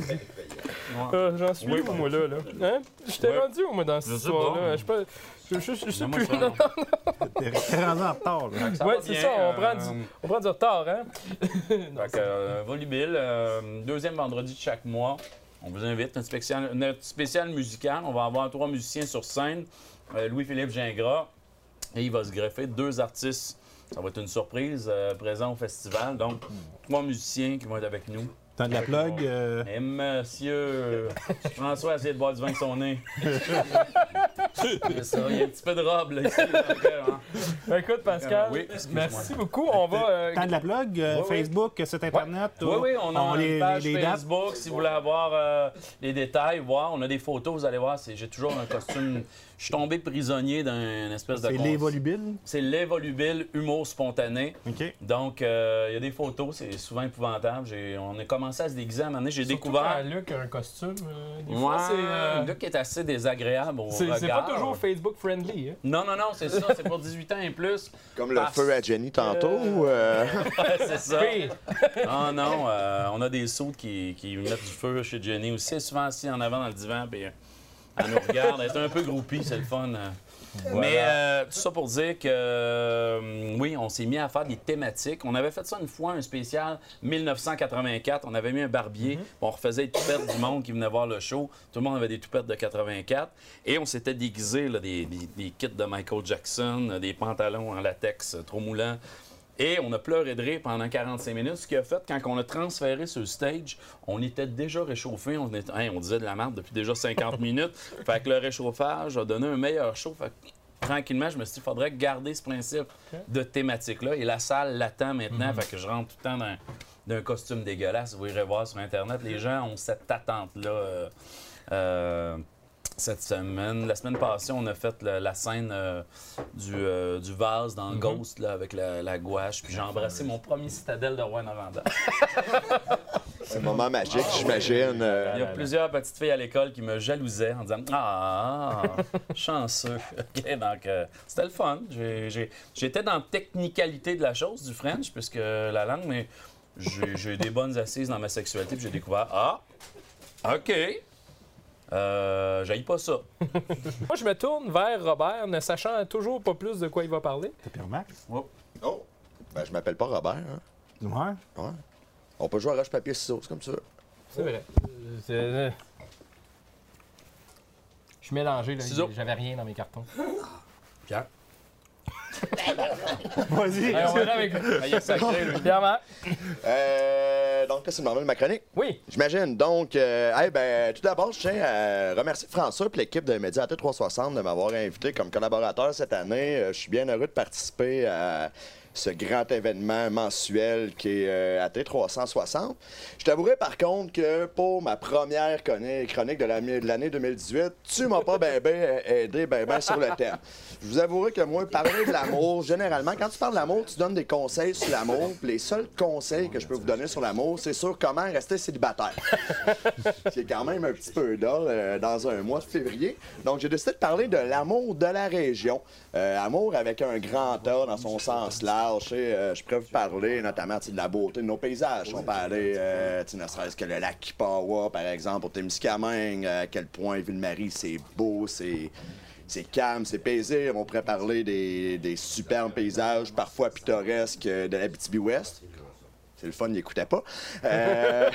Euh, J'en suis oui, où, moi, là? là? Hein? Je t'ai ouais. rendu où, moi, dans cette histoire-là? Je sais pas. Je, je, je, je sais non, plus. Moi, non, non. T'es rendu en retard, là. Oui, c'est ça. On, euh... prend du, on prend du retard, hein? Fait que, euh, Volubile, euh, deuxième vendredi de chaque mois. On vous invite. Notre spécial, notre spécial musical. On va avoir trois musiciens sur scène. Euh, Louis-Philippe Gingras. Et il va se greffer deux artistes. Ça va être une surprise euh, présent au festival. Donc, trois musiciens qui vont être avec nous. T'as de la plug? Euh... Et monsieur François a essayé de boire du vin avec son nez. C'est ça, il y a un petit peu de robe là, ici. Donc, hein. Ben, écoute, Pascal, oui, merci beaucoup. On va. Euh... T'as de la plug? Euh, oui, Facebook, oui. Site Internet? Oui, oui, on a on une les, page les Facebook dates. si vous voulez avoir euh, les détails, voir. On a des photos, vous allez voir. J'ai toujours un costume. Je suis tombé prisonnier d'une espèce de. C'est les Volubiles? C'est les Volubiles, humour spontané. OK. Donc, euh, il y a des photos, c'est souvent épouvantable. On a commencé à se déguiser à un moment donné. J'ai découvert. Quand Luc a un costume. Euh, des ouais, fois, c'est. Euh... Luc est assez désagréable au regard. C'est pas toujours Facebook friendly. Hein? Non, non, non, c'est ça. C'est pour dix-huit ans et plus. Comme Parce... le feu à Jenny tantôt euh... ou. Euh... ouais, c'est ça. Non, non, euh, on a des sauts qui, qui mettent du feu chez Jenny aussi. Elle est souvent assis en avant dans le divan, puis elle nous regarde. Elle est un peu groupie, c'est le fun. Voilà. Mais euh, tout ça pour dire que, euh, oui, on s'est mis à faire des thématiques. On avait fait ça une fois, un spécial mille neuf cent quatre-vingt-quatre. On avait mis un barbier. Mm-hmm. On refaisait les toupettes du monde qui venait voir le show. Tout le monde avait des toupettes de quatre-vingt-quatre. Et on s'était déguisé là, des, des, des kits de Michael Jackson, des pantalons en latex trop moulants. Et on a pleuré de rire pendant quarante-cinq minutes, ce qui a fait, quand on a transféré sur le stage, on était déjà réchauffé. On, était, hein, on disait de la merde depuis déjà cinquante minutes. Fait que le réchauffage a donné un meilleur show. Fait que, tranquillement, je me suis dit qu'il faudrait garder ce principe de thématique-là. Et la salle l'attend maintenant. Mm-hmm. Fait que je rentre tout le temps dans, dans un costume dégueulasse. Vous irez voir sur Internet. Les gens ont cette attente-là. Euh, euh, Cette semaine, la semaine passée, on a fait la, la scène euh, du, euh, du vase dans mm-hmm. Ghost là, avec la, la gouache. Puis j'ai embrassé mon premier citadelle de Rwanda. C'est un moment magique, j'imagine. Euh... Il y a plusieurs petites filles à l'école qui me jalousaient en disant « Ah, chanceux! » Okay, donc, euh, c'était le fun. J'étais dans la technicalité de la chose, du French, puisque la langue, mais J'ai j'ai des bonnes assises dans ma sexualité, puis j'ai découvert, ah, OK, euh, j'haïs pas ça. Moi, je me tourne vers Robert, ne sachant toujours pas plus de quoi il va parler. T'as Pierre-Max? Oh. oh. Ben, je m'appelle pas Robert, hein. Ouais? Ouais. On peut jouer à roche-papier-ciseaux, c'est comme ça. C'est vrai. C'est... Je suis mélangé, là. Ciseaux. J'avais rien dans mes cartons. Pierre? Vas-y! Hey, on va là avec Il est sacré, lui. Pierre-Marc. Euh, donc, là, c'est le moment de ma chronique. Oui. J'imagine. Donc, euh, hey, ben, tout d'abord, je tiens à remercier François et l'équipe de Média T trois cent soixante de m'avoir invité comme collaborateur cette année. Euh, Je suis bien heureux de participer à ce grand événement mensuel qui est euh, A T trois cent soixante. Je t'avouerai par contre que pour ma première chroni- chronique de l'année de l'année deux mille dix-huit, tu m'as pas bien ben aidé ben ben sur le thème. Je vous avouerai que moi, parler de l'amour, généralement, quand tu parles d'amour, tu donnes des conseils sur l'amour. Puis les seuls conseils que je peux vous donner sur l'amour, c'est sur comment rester célibataire. C'est quand même un petit peu dull euh, dans un mois de février. Donc, j'ai décidé de parler de l'amour de la région. Euh, amour avec un grand A dans son sens large. Euh, je pourrais vous parler notamment de la beauté de nos paysages. On parlait, euh, ne serait-ce que le lac Kipawa, par exemple, au Témiscamingue, à quel point Ville-Marie, c'est beau, c'est... C'est calme, c'est paisible. On pourrait parler des, des superbes paysages, parfois pittoresques, de l'Abitibi-Ouest. C'est le fun, il n'écoutait pas. Euh,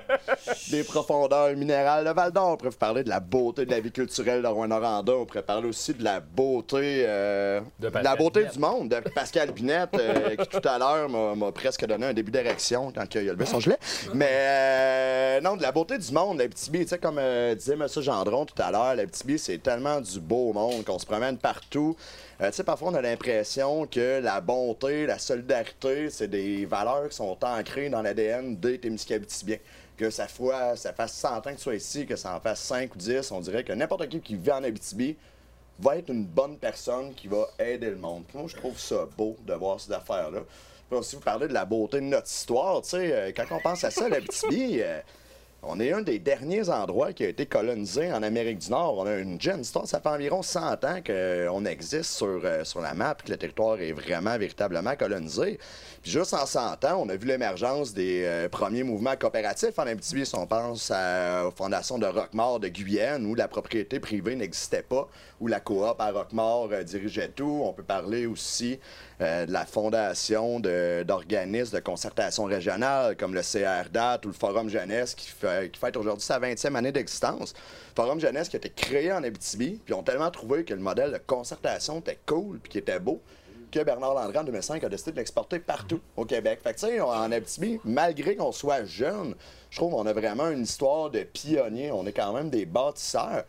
des profondeurs minérales de Val-d'Or. On pourrait vous parler de la beauté de la vie culturelle de Rouyn-Noranda. On pourrait parler aussi de la beauté, euh, de de la beauté du monde de Pascal Binette, euh, qui tout à l'heure m'a, m'a presque donné un début d'érection quand il a levé son gilet. Mais euh, non, de la beauté du monde, l'Abitibi. Tu sais, comme euh, disait M. Gendron tout à l'heure, l'Abitibi, c'est tellement du beau monde qu'on se promène partout. Euh, tu sais, parfois, on a l'impression que la bonté, la solidarité, c'est des valeurs qui sont ancrées dans l'A D N des Témiscabitibiens. Que ça, fois, ça fasse cent ans que tu sois ici, que ça en fasse cinq ou dix, on dirait que n'importe qui qui vit en Abitibi va être une bonne personne qui va aider le monde. Puis moi, je trouve ça beau de voir ces affaires-là. Puis aussi, vous parlez de la beauté de notre histoire. Tu sais, euh, quand on pense à ça, l'Abitibi... Euh, On est un des derniers endroits qui a été colonisé en Amérique du Nord. On a une jeune histoire. Ça fait environ cent ans qu'on existe sur, euh, sur la map, que le territoire est vraiment, véritablement colonisé. Puis juste en cent ans, on a vu l'émergence des euh, premiers mouvements coopératifs en Abitibi. Si on pense à, aux fondations de Roquemort de Guyenne, où la propriété privée n'existait pas, où la coop à Roquemort euh, dirigeait tout. On peut parler aussi euh, de la fondation de, d'organismes de concertation régionale, comme le C R D A T ou le Forum Jeunesse, qui fait qui fête aujourd'hui sa vingtième année d'existence. Forum Jeunesse qui a été créé en Abitibi, puis ils ont tellement trouvé que le modèle de concertation était cool puis qui était beau, que Bernard Landry, en deux mille cinq, a décidé de l'exporter partout au Québec. Fait que, tu sais, en Abitibi, malgré qu'on soit jeune, je trouve qu'on a vraiment une histoire de pionniers. On est quand même des bâtisseurs.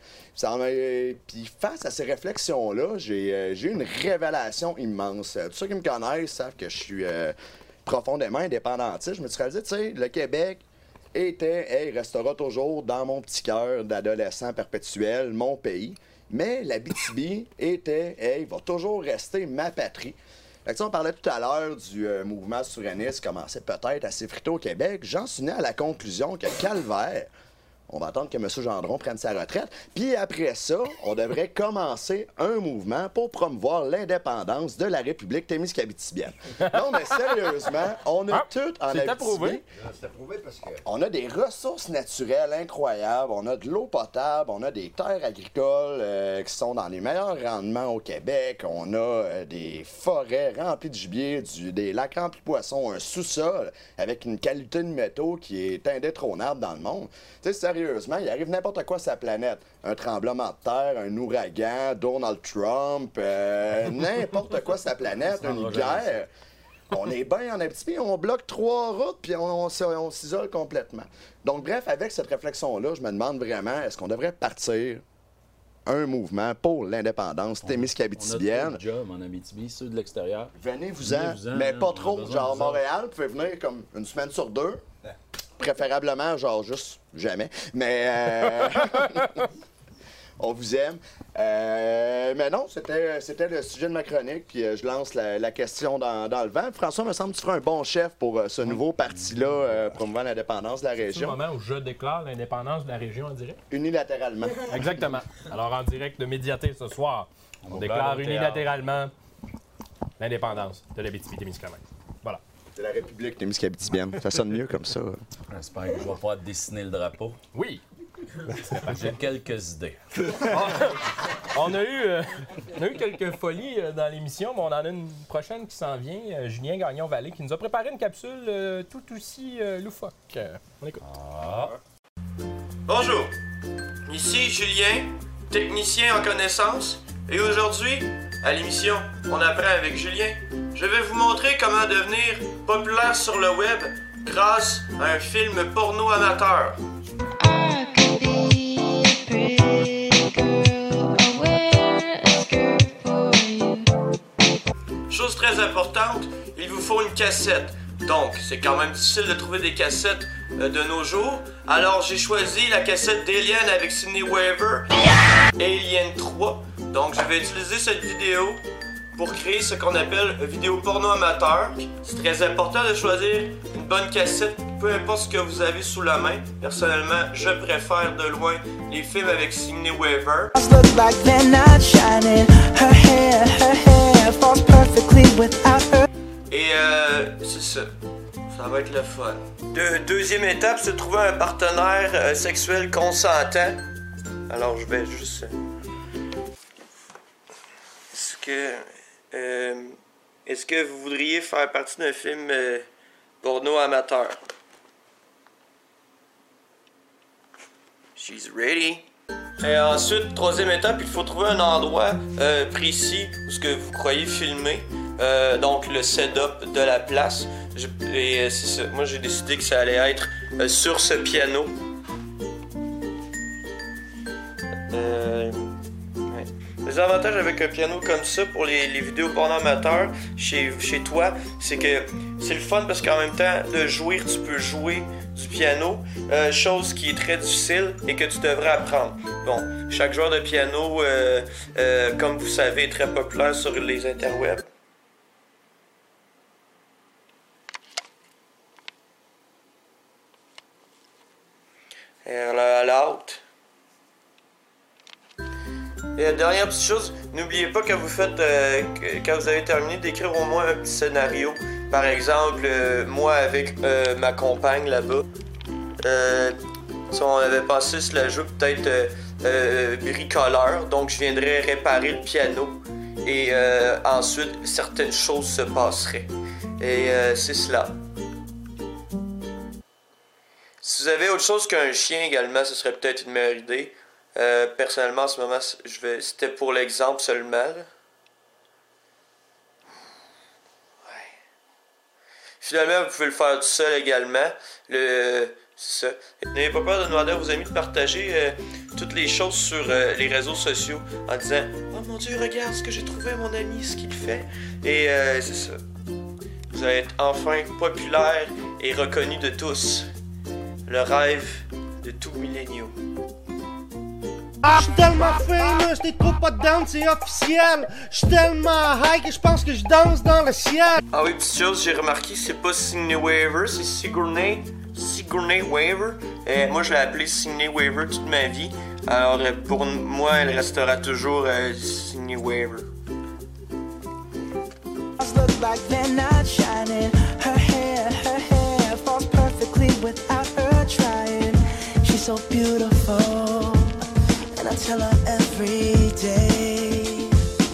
Puis face à ces réflexions-là, j'ai euh, j'ai eu une révélation immense. Tous ceux qui me connaissent savent que je suis euh, profondément indépendantiste. Je me suis réalisé, tu sais, le Québec était, et hey, restera toujours dans mon petit cœur d'adolescent perpétuel, mon pays. Mais l'Abitibi était, et hey, va toujours rester ma patrie. Fait que, on parlait tout à l'heure du euh, mouvement souverainiste qui commençait peut-être à s'effriter au Québec. J'en suis né à la conclusion que calvaire, on va attendre que M. Gendron prenne sa retraite. Puis après ça, on devrait commencer un mouvement pour promouvoir l'indépendance de la République témiscabitibienne. Non, mais sérieusement, on a ah, tout en Abitibi. Approuvé. C'est approuvé parce que... On a des ressources naturelles incroyables. On a de l'eau potable. On a des terres agricoles euh, qui sont dans les meilleurs rendements au Québec. On a euh, des forêts remplies de gibier, du, des lacs remplis de poissons, un sous-sol avec une qualité de métaux qui est indétrônable dans le monde. Tu sais, sérieusement, il arrive n'importe quoi sur la planète. Un tremblement de terre, un ouragan, Donald Trump, euh, n'importe quoi sur la planète, une guerre. On est bien en Abitibi, on bloque trois routes, puis on, on, on s'isole complètement. Donc, bref, avec cette réflexion-là, je me demande vraiment, est-ce qu'on devrait partir un mouvement pour l'indépendance témiscabitibienne? On a trop de jobs en Abitibi, ceux de l'extérieur. Venez-vous-en, Venez mais pas trop. Genre, Montréal, vous pouvez venir comme une semaine sur deux. Préférablement, genre, juste jamais. Mais euh, on vous aime. Euh, mais non, c'était, c'était le sujet de ma chronique. Puis euh, je lance la, la question dans, dans le vent. François, me semble que tu feras un bon chef pour euh, ce nouveau parti-là, euh, promouvant l'indépendance de la région. C'est le moment où je déclare l'indépendance de la région en direct? Unilatéralement. Exactement. Alors, en direct de Médiaté ce soir, on, on déclare unilatéralement l'indépendance de l'Abitibi-Témiscamingue. Voilà. C'est la République témiscabitibienne. Ça sonne mieux comme ça. J'espère que je vais pouvoir dessiner le drapeau. Oui. J'ai quelques idées. On a, eu, euh, on a eu quelques folies euh, dans l'émission, mais on en a une prochaine qui s'en vient. Euh, Julien Gagnon-Vallée qui nous a préparé une capsule euh, tout aussi euh, loufoque. Euh, on écoute. Ah. Bonjour, ici Julien, technicien en connaissance, et aujourd'hui, à l'émission On apprend avec Julien, je vais vous montrer comment devenir populaire sur le web grâce à un film porno amateur. Chose très importante, il vous faut une cassette. Donc, c'est quand même difficile de trouver des cassettes euh, de nos jours. Alors, j'ai choisi la cassette d'Alien avec Sigourney Weaver, Alien trois. Donc, je vais utiliser cette vidéo pour créer ce qu'on appelle une vidéo porno amateur. C'est très important de choisir une bonne cassette, peu importe ce que vous avez sous la main. Personnellement, je préfère de loin les films avec Sigourney Weaver. Et euh, c'est ça. Ça va être le fun. De, deuxième étape, c'est de trouver un partenaire euh, sexuel consentant. Alors, je vais juste... Est-ce que... Euh, est-ce que vous voudriez faire partie d'un film euh, porno amateur? She's ready. Et ensuite, troisième étape, il faut trouver un endroit euh, précis où ce que vous croyez filmer. Euh, donc le setup de la place. Je, et euh, c'est ça. Moi, j'ai décidé que ça allait être euh, sur ce piano. Euh, ouais. Les avantages avec un piano comme ça pour les, les vidéos porno amateurs chez, chez toi, c'est que c'est le fun parce qu'en même temps de jouir, tu peux jouer du piano, euh, chose qui est très difficile et que tu devrais apprendre. Bon, chaque joueur de piano, euh, euh, comme vous savez, est très populaire sur les interwebs. Et la l'autre. Et la dernière petite chose, n'oubliez pas quand vous faites, euh, quand vous avez terminé d'écrire au moins un petit scénario. Par exemple, euh, moi avec euh, ma compagne là-bas, euh, on avait pensé se la jouer peut-être euh, euh, bricoleur, donc je viendrais réparer le piano et euh, ensuite certaines choses se passeraient. Et euh, c'est cela. Si vous avez autre chose qu'un chien également, ce serait peut-être une meilleure idée. Euh, personnellement, en ce moment, je vais, c'était pour l'exemple seulement. Là. Ouais. Finalement, vous pouvez le faire tout seul également. Le, c'est ça. N'ayez pas peur de demander à vos amis de partager euh, toutes les choses sur euh, les réseaux sociaux en disant « Oh mon Dieu, regarde ce que j'ai trouvé à mon ami, ce qu'il fait. » Et euh, c'est ça. Vous allez être enfin populaire et reconnu de tous. Le rêve de tout milléniaux. Ah, j'suis tellement famous, t'es trop pas down, c'est officiel. J'suis tellement high que j'pense que je danse dans le ciel. Ah oui, petite chose, j'ai remarqué, c'est pas Sigourney Weaver, c'est Sigourney, Sigourney Weaver. Euh, moi, je l'ai appelée Sigourney Weaver toute ma vie. Alors, pour moi, elle restera toujours euh, Sigourney Weaver. So beautiful, and I tell her every day.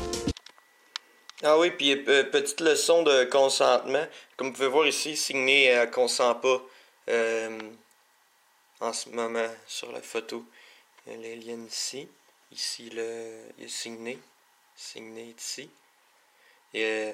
Ah oui, puis euh, petite leçon de consentement. Comme vous pouvez voir ici, Sigourney ne consent pas euh, en ce moment sur la photo. L'alien ici. Ici, le, il y a Sigourney. Sigourney est ici. Et, euh,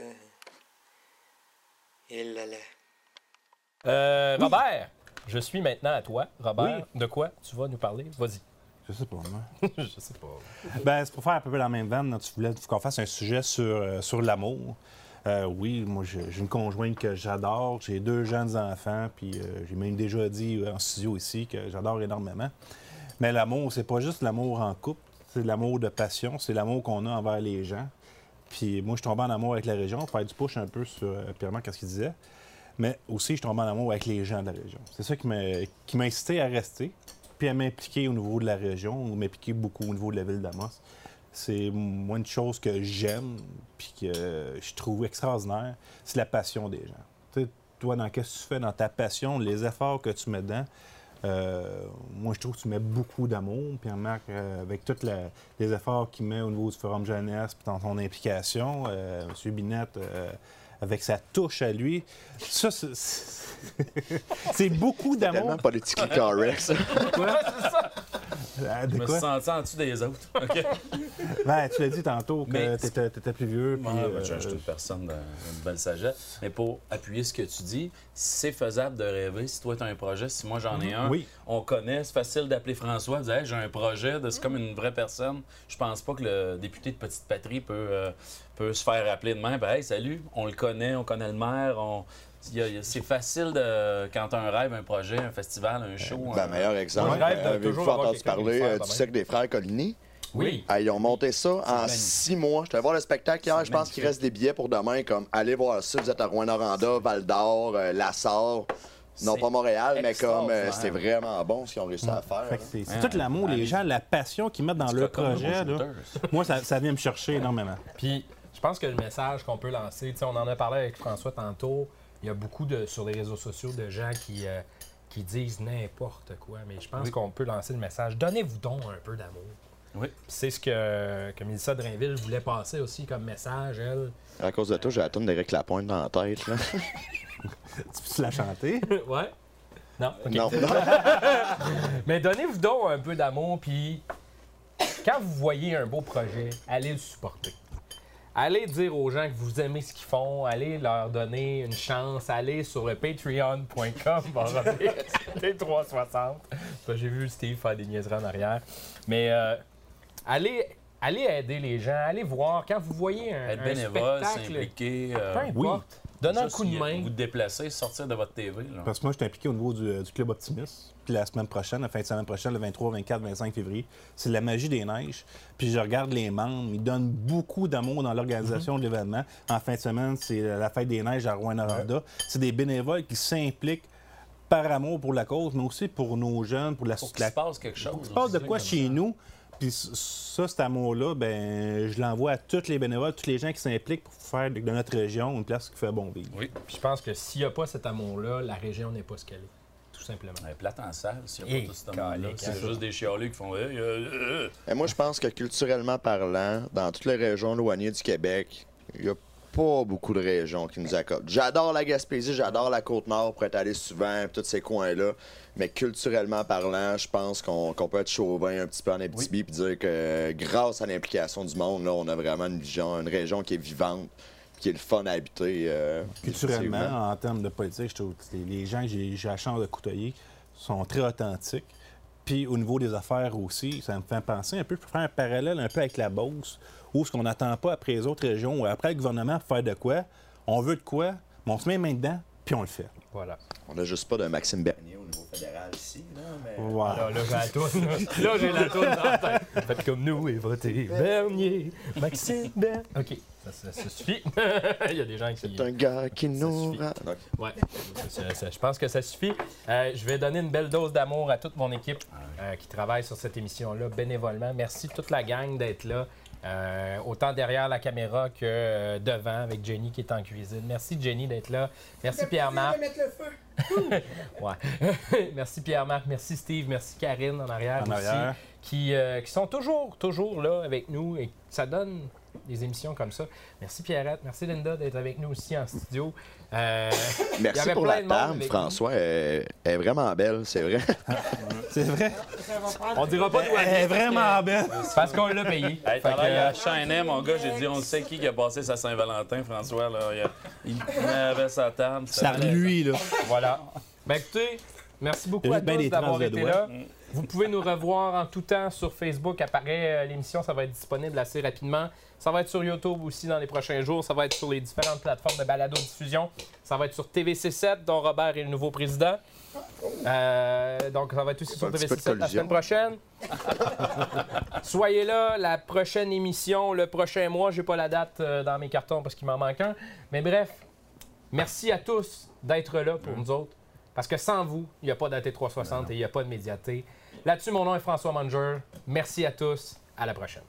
et là là. Euh, Robert! Je suis maintenant à toi, Robert. Oui. De quoi tu vas nous parler? Vas-y. Je sais pas, moi. Je sais pas. Ben, c'est pour faire un peu la même veine. Tu voulais qu'on fasse un sujet sur, euh, sur l'amour. Euh, oui, moi, j'ai une conjointe que j'adore. J'ai deux jeunes enfants, puis euh, j'ai même déjà dit en studio ici que j'adore énormément. Mais l'amour, c'est pas juste l'amour en couple. C'est l'amour de passion. C'est l'amour qu'on a envers les gens. Puis moi, je tombe en amour avec la région. Pour faire du push un peu sur euh, Pierre-Marc, qu'est-ce qu'il disait. Mais aussi, je tombe en amour avec les gens de la région. C'est ça qui m'a incité à rester, puis à m'impliquer au niveau de la région, ou m'impliquer beaucoup au niveau de la ville d'Amos. C'est moi une chose que j'aime, puis que je trouve extraordinaire, c'est la passion des gens. T'sais, toi, dans qu'est-ce que tu fais, dans ta passion, les efforts que tu mets dedans. Euh, moi, je trouve que tu mets beaucoup d'amour. Pierre-Marc, euh, avec tous les efforts qu'il met au niveau du Forum Jeunesse, puis dans ton implication, euh, M. Binette, euh, avec sa touche à lui, ça, c'est, c'est beaucoup d'amour. C'est tellement politiquement correct, ça. Ouais, c'est ça. Ah, Je de me quoi? suis senti en dessous des autres. Okay. Ben, tu l'as dit tantôt que Mais tu étais plus vieux. Puis, Ouais, ben, euh, je suis une personne d'une belle sagesse. Mais pour appuyer ce que tu dis, c'est faisable de rêver. Si toi, tu as un projet, si moi, j'en ai un, Oui. on connaît. C'est facile d'appeler François et de dire hey, j'ai un projet. De... C'est comme une vraie personne. Je pense pas que le député de Petite Patrie peut, euh, peut se faire appeler demain. Ben, hey, salut, on le connaît, on connaît le maire. On... Il y a- il y a- C'est facile de, quand tu as un rêve, un projet, un festival, un show. Ben, un- meilleur exemple, Moi, je rêve de euh, avez-vous toujours avoir entendu quelqu'un qui parler le euh, fait, du ben, cercle des frères Coligny? Oui. Ah, ils ont monté ça en magnifique. six mois. Je vais voir le spectacle hier. C'est Je pense qu'il reste des billets pour demain. Comme allez voir ça. Vous êtes à Rouyn-Noranda, Val-d'Or, euh, Lassar. Non, C'est pas Montréal, mais comme euh, extraordinaire. c'était vraiment bon ce qu'ils ont réussi à faire. Fait que c'est c'est Ah, tout l'amour, les allez. gens, la passion qu'ils mettent dans C'est leur comme un projet. bon Là. shooter. Moi, ça, ça vient me chercher énormément. Puis, je pense que le message qu'on peut lancer, tu sais, on en a parlé avec François tantôt, il y a beaucoup de, sur les réseaux sociaux de gens qui, euh, qui disent n'importe quoi, mais je pense Oui. qu'on peut lancer le message. Donnez-vous donc un peu d'amour. Oui. Puis c'est ce que, que Mélissa Drainville voulait passer aussi comme message, elle. À cause de toi, j'ai la tourne d'Éric Lapointe dans la tête. Là. Tu peux la chanter? Ouais. Non, ok. Non, non. Mais donnez-vous donc un peu d'amour, puis quand vous voyez un beau projet, allez le supporter. Allez dire aux gens que vous aimez ce qu'ils font, allez leur donner une chance, allez sur le patreon point com T trois cent soixante. J'ai vu Steve faire des niaiseries en arrière. Mais euh, allez, allez aider les gens, allez voir quand vous voyez un, Être un bénévole, spectacle. s'impliquer. euh, Peu importe. Donnez un juste coup de y- main. Vous déplacer, sortir de votre T V. Là. Parce que moi, je suis impliqué au niveau du, du Club Optimiste. Puis la semaine prochaine, la fin de semaine prochaine, le vingt-trois, vingt-quatre, vingt-cinq février, c'est la magie des neiges. Puis je regarde les membres, ils donnent beaucoup d'amour dans l'organisation de l'événement. En fin de semaine, c'est la fête des neiges à Rouyn-Noranda. C'est des bénévoles qui s'impliquent par amour pour la cause, mais aussi pour nos jeunes, pour la Faut qu'il la- se passe quelque chose. Il se passe de là, quoi c'est chez comme nous. Puis ça, cet amour-là, ben, je l'envoie à tous les bénévoles, tous les gens qui s'impliquent pour faire de de notre région une place qui fait bon vivre. Oui. Puis je pense que s'il n'y a pas cet amour-là, la région n'est pas ce qu'elle est. Tout simplement. Elle est plate en salle, s'il n'y a Hey, pas tout ce monde-là. calique, C'est hein. juste des chialés qui font. Hey, euh, euh. Et moi, je pense que culturellement parlant, dans toutes les régions éloignées du Québec, il n'y a pas beaucoup de régions qui nous accordent. J'adore la Gaspésie, j'adore la Côte-Nord pour être allé souvent, tous ces coins-là. Mais culturellement parlant, je pense qu'on qu'on peut être chauvin un petit peu en Abitibi puis dire que grâce à l'implication du monde, là, on a vraiment une, vision- une région qui est vivante, qui est le fun à habiter. euh, effectivement. Culturellement, en termes de politique, je trouve que les, les gens que j'ai j'ai la chance de côtoyer sont très authentiques. Puis au niveau des affaires aussi, ça me fait penser un peu, pour faire un parallèle un peu avec la Beauce, où ce qu'on n'attend pas après les autres régions ou après le gouvernement pour faire de quoi, on veut de quoi, mais on se met les mains dedans, puis on le fait. Voilà. On n'a juste pas de Maxime Bernier au niveau fédéral ici, là, mais... Voilà. Là, là, j'ai la toune. Là, j'ai la toune dans la tête. Faites comme nous et votez Bernier, Maxime Bernier. OK, ça, ça, ça suffit. Il y a des gens qui... C'est un gars qui nous... suffit. ra- Ouais, ça- ça- je pense que ça suffit. Euh, je vais donner une belle dose d'amour à toute mon équipe euh, qui travaille sur cette émission-là bénévolement. Merci toute la gang d'être là. Euh, autant derrière la caméra que euh, devant avec Jenny qui est en cuisine. Merci Jenny d'être là. Merci Pierre-Marc. Ouais. Merci Pierre-Marc, merci Steve, merci Karine en arrière En aussi, arrière. Qui, euh, qui sont toujours, toujours là avec nous et ça donne des émissions comme ça. Merci Pierrette, merci Linda d'être avec nous aussi en studio. Euh, il y Merci avait pour plein la de monde table, avec François. Elle, elle est vraiment belle, c'est vrai. C'est vrai. nous. On dira pas d'où Elle est vraiment belle. parce qu'on l'a payé. Hey, Fait t'as que, l'air euh, à Cheyenne, mon gars, j'ai dit, on sait qui qui a passé sa Saint-Valentin, François, là. Il, il avait sa table. Ça lui, là. Voilà. Ben écoutez, merci beaucoup Il y a à juste bien tous des d'avoir traces de été doigts. là. Vous pouvez nous revoir en tout temps sur Facebook. Apparaît euh, l'émission, ça va être disponible assez rapidement. Ça va être sur YouTube aussi dans les prochains jours. Ça va être sur les différentes plateformes de balado-diffusion. Ça va être sur T V C sept, dont Robert est le nouveau président. Euh, donc, ça va être aussi sur Un T V petit peu C de sept la collusion. semaine prochaine. Soyez là, la prochaine émission, le prochain mois. J'ai pas la date euh, dans mes cartons parce qu'il m'en manque un. Mais bref, merci à tous d'être là pour nous autres. Parce que sans vous, il n'y a pas d'A T trois cent soixante et il n'y a pas de Médiaté. Là-dessus, mon nom est François Manger. Merci à tous. À la prochaine.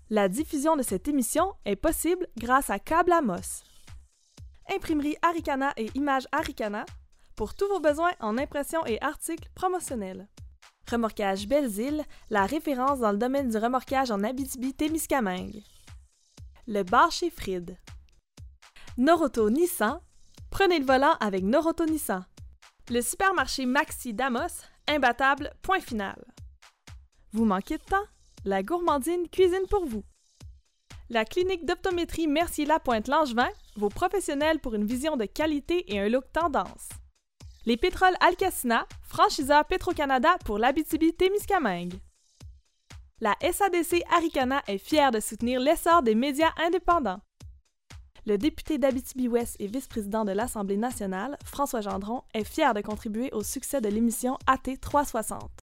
La diffusion de cette émission est possible grâce à Câble Amos. Imprimerie Aricana et Images Aricana pour tous vos besoins en impression et articles promotionnels. Remorquage Belles-Îles, la référence dans le domaine du remorquage en Abitibi-Témiscamingue. Le bar chez Fried. Noroto Nissan, prenez le volant avec Noroto Nissan. Le supermarché Maxi d'Amos, imbattable, point final. Vous manquez de temps? La gourmandine cuisine pour vous. La clinique d'optométrie Mercier-Lapointe-Langevin, vos professionnels pour une vision de qualité et un look tendance. Les pétroles Alcacina, franchiseur Petro-Canada pour l'Abitibi-Témiscamingue. La S A D C Aricana est fière de soutenir l'essor des médias indépendants. Le député d'Abitibi-Ouest et vice-président de l'Assemblée nationale, François Gendron, est fier de contribuer au succès de l'émission A T trois cent soixante.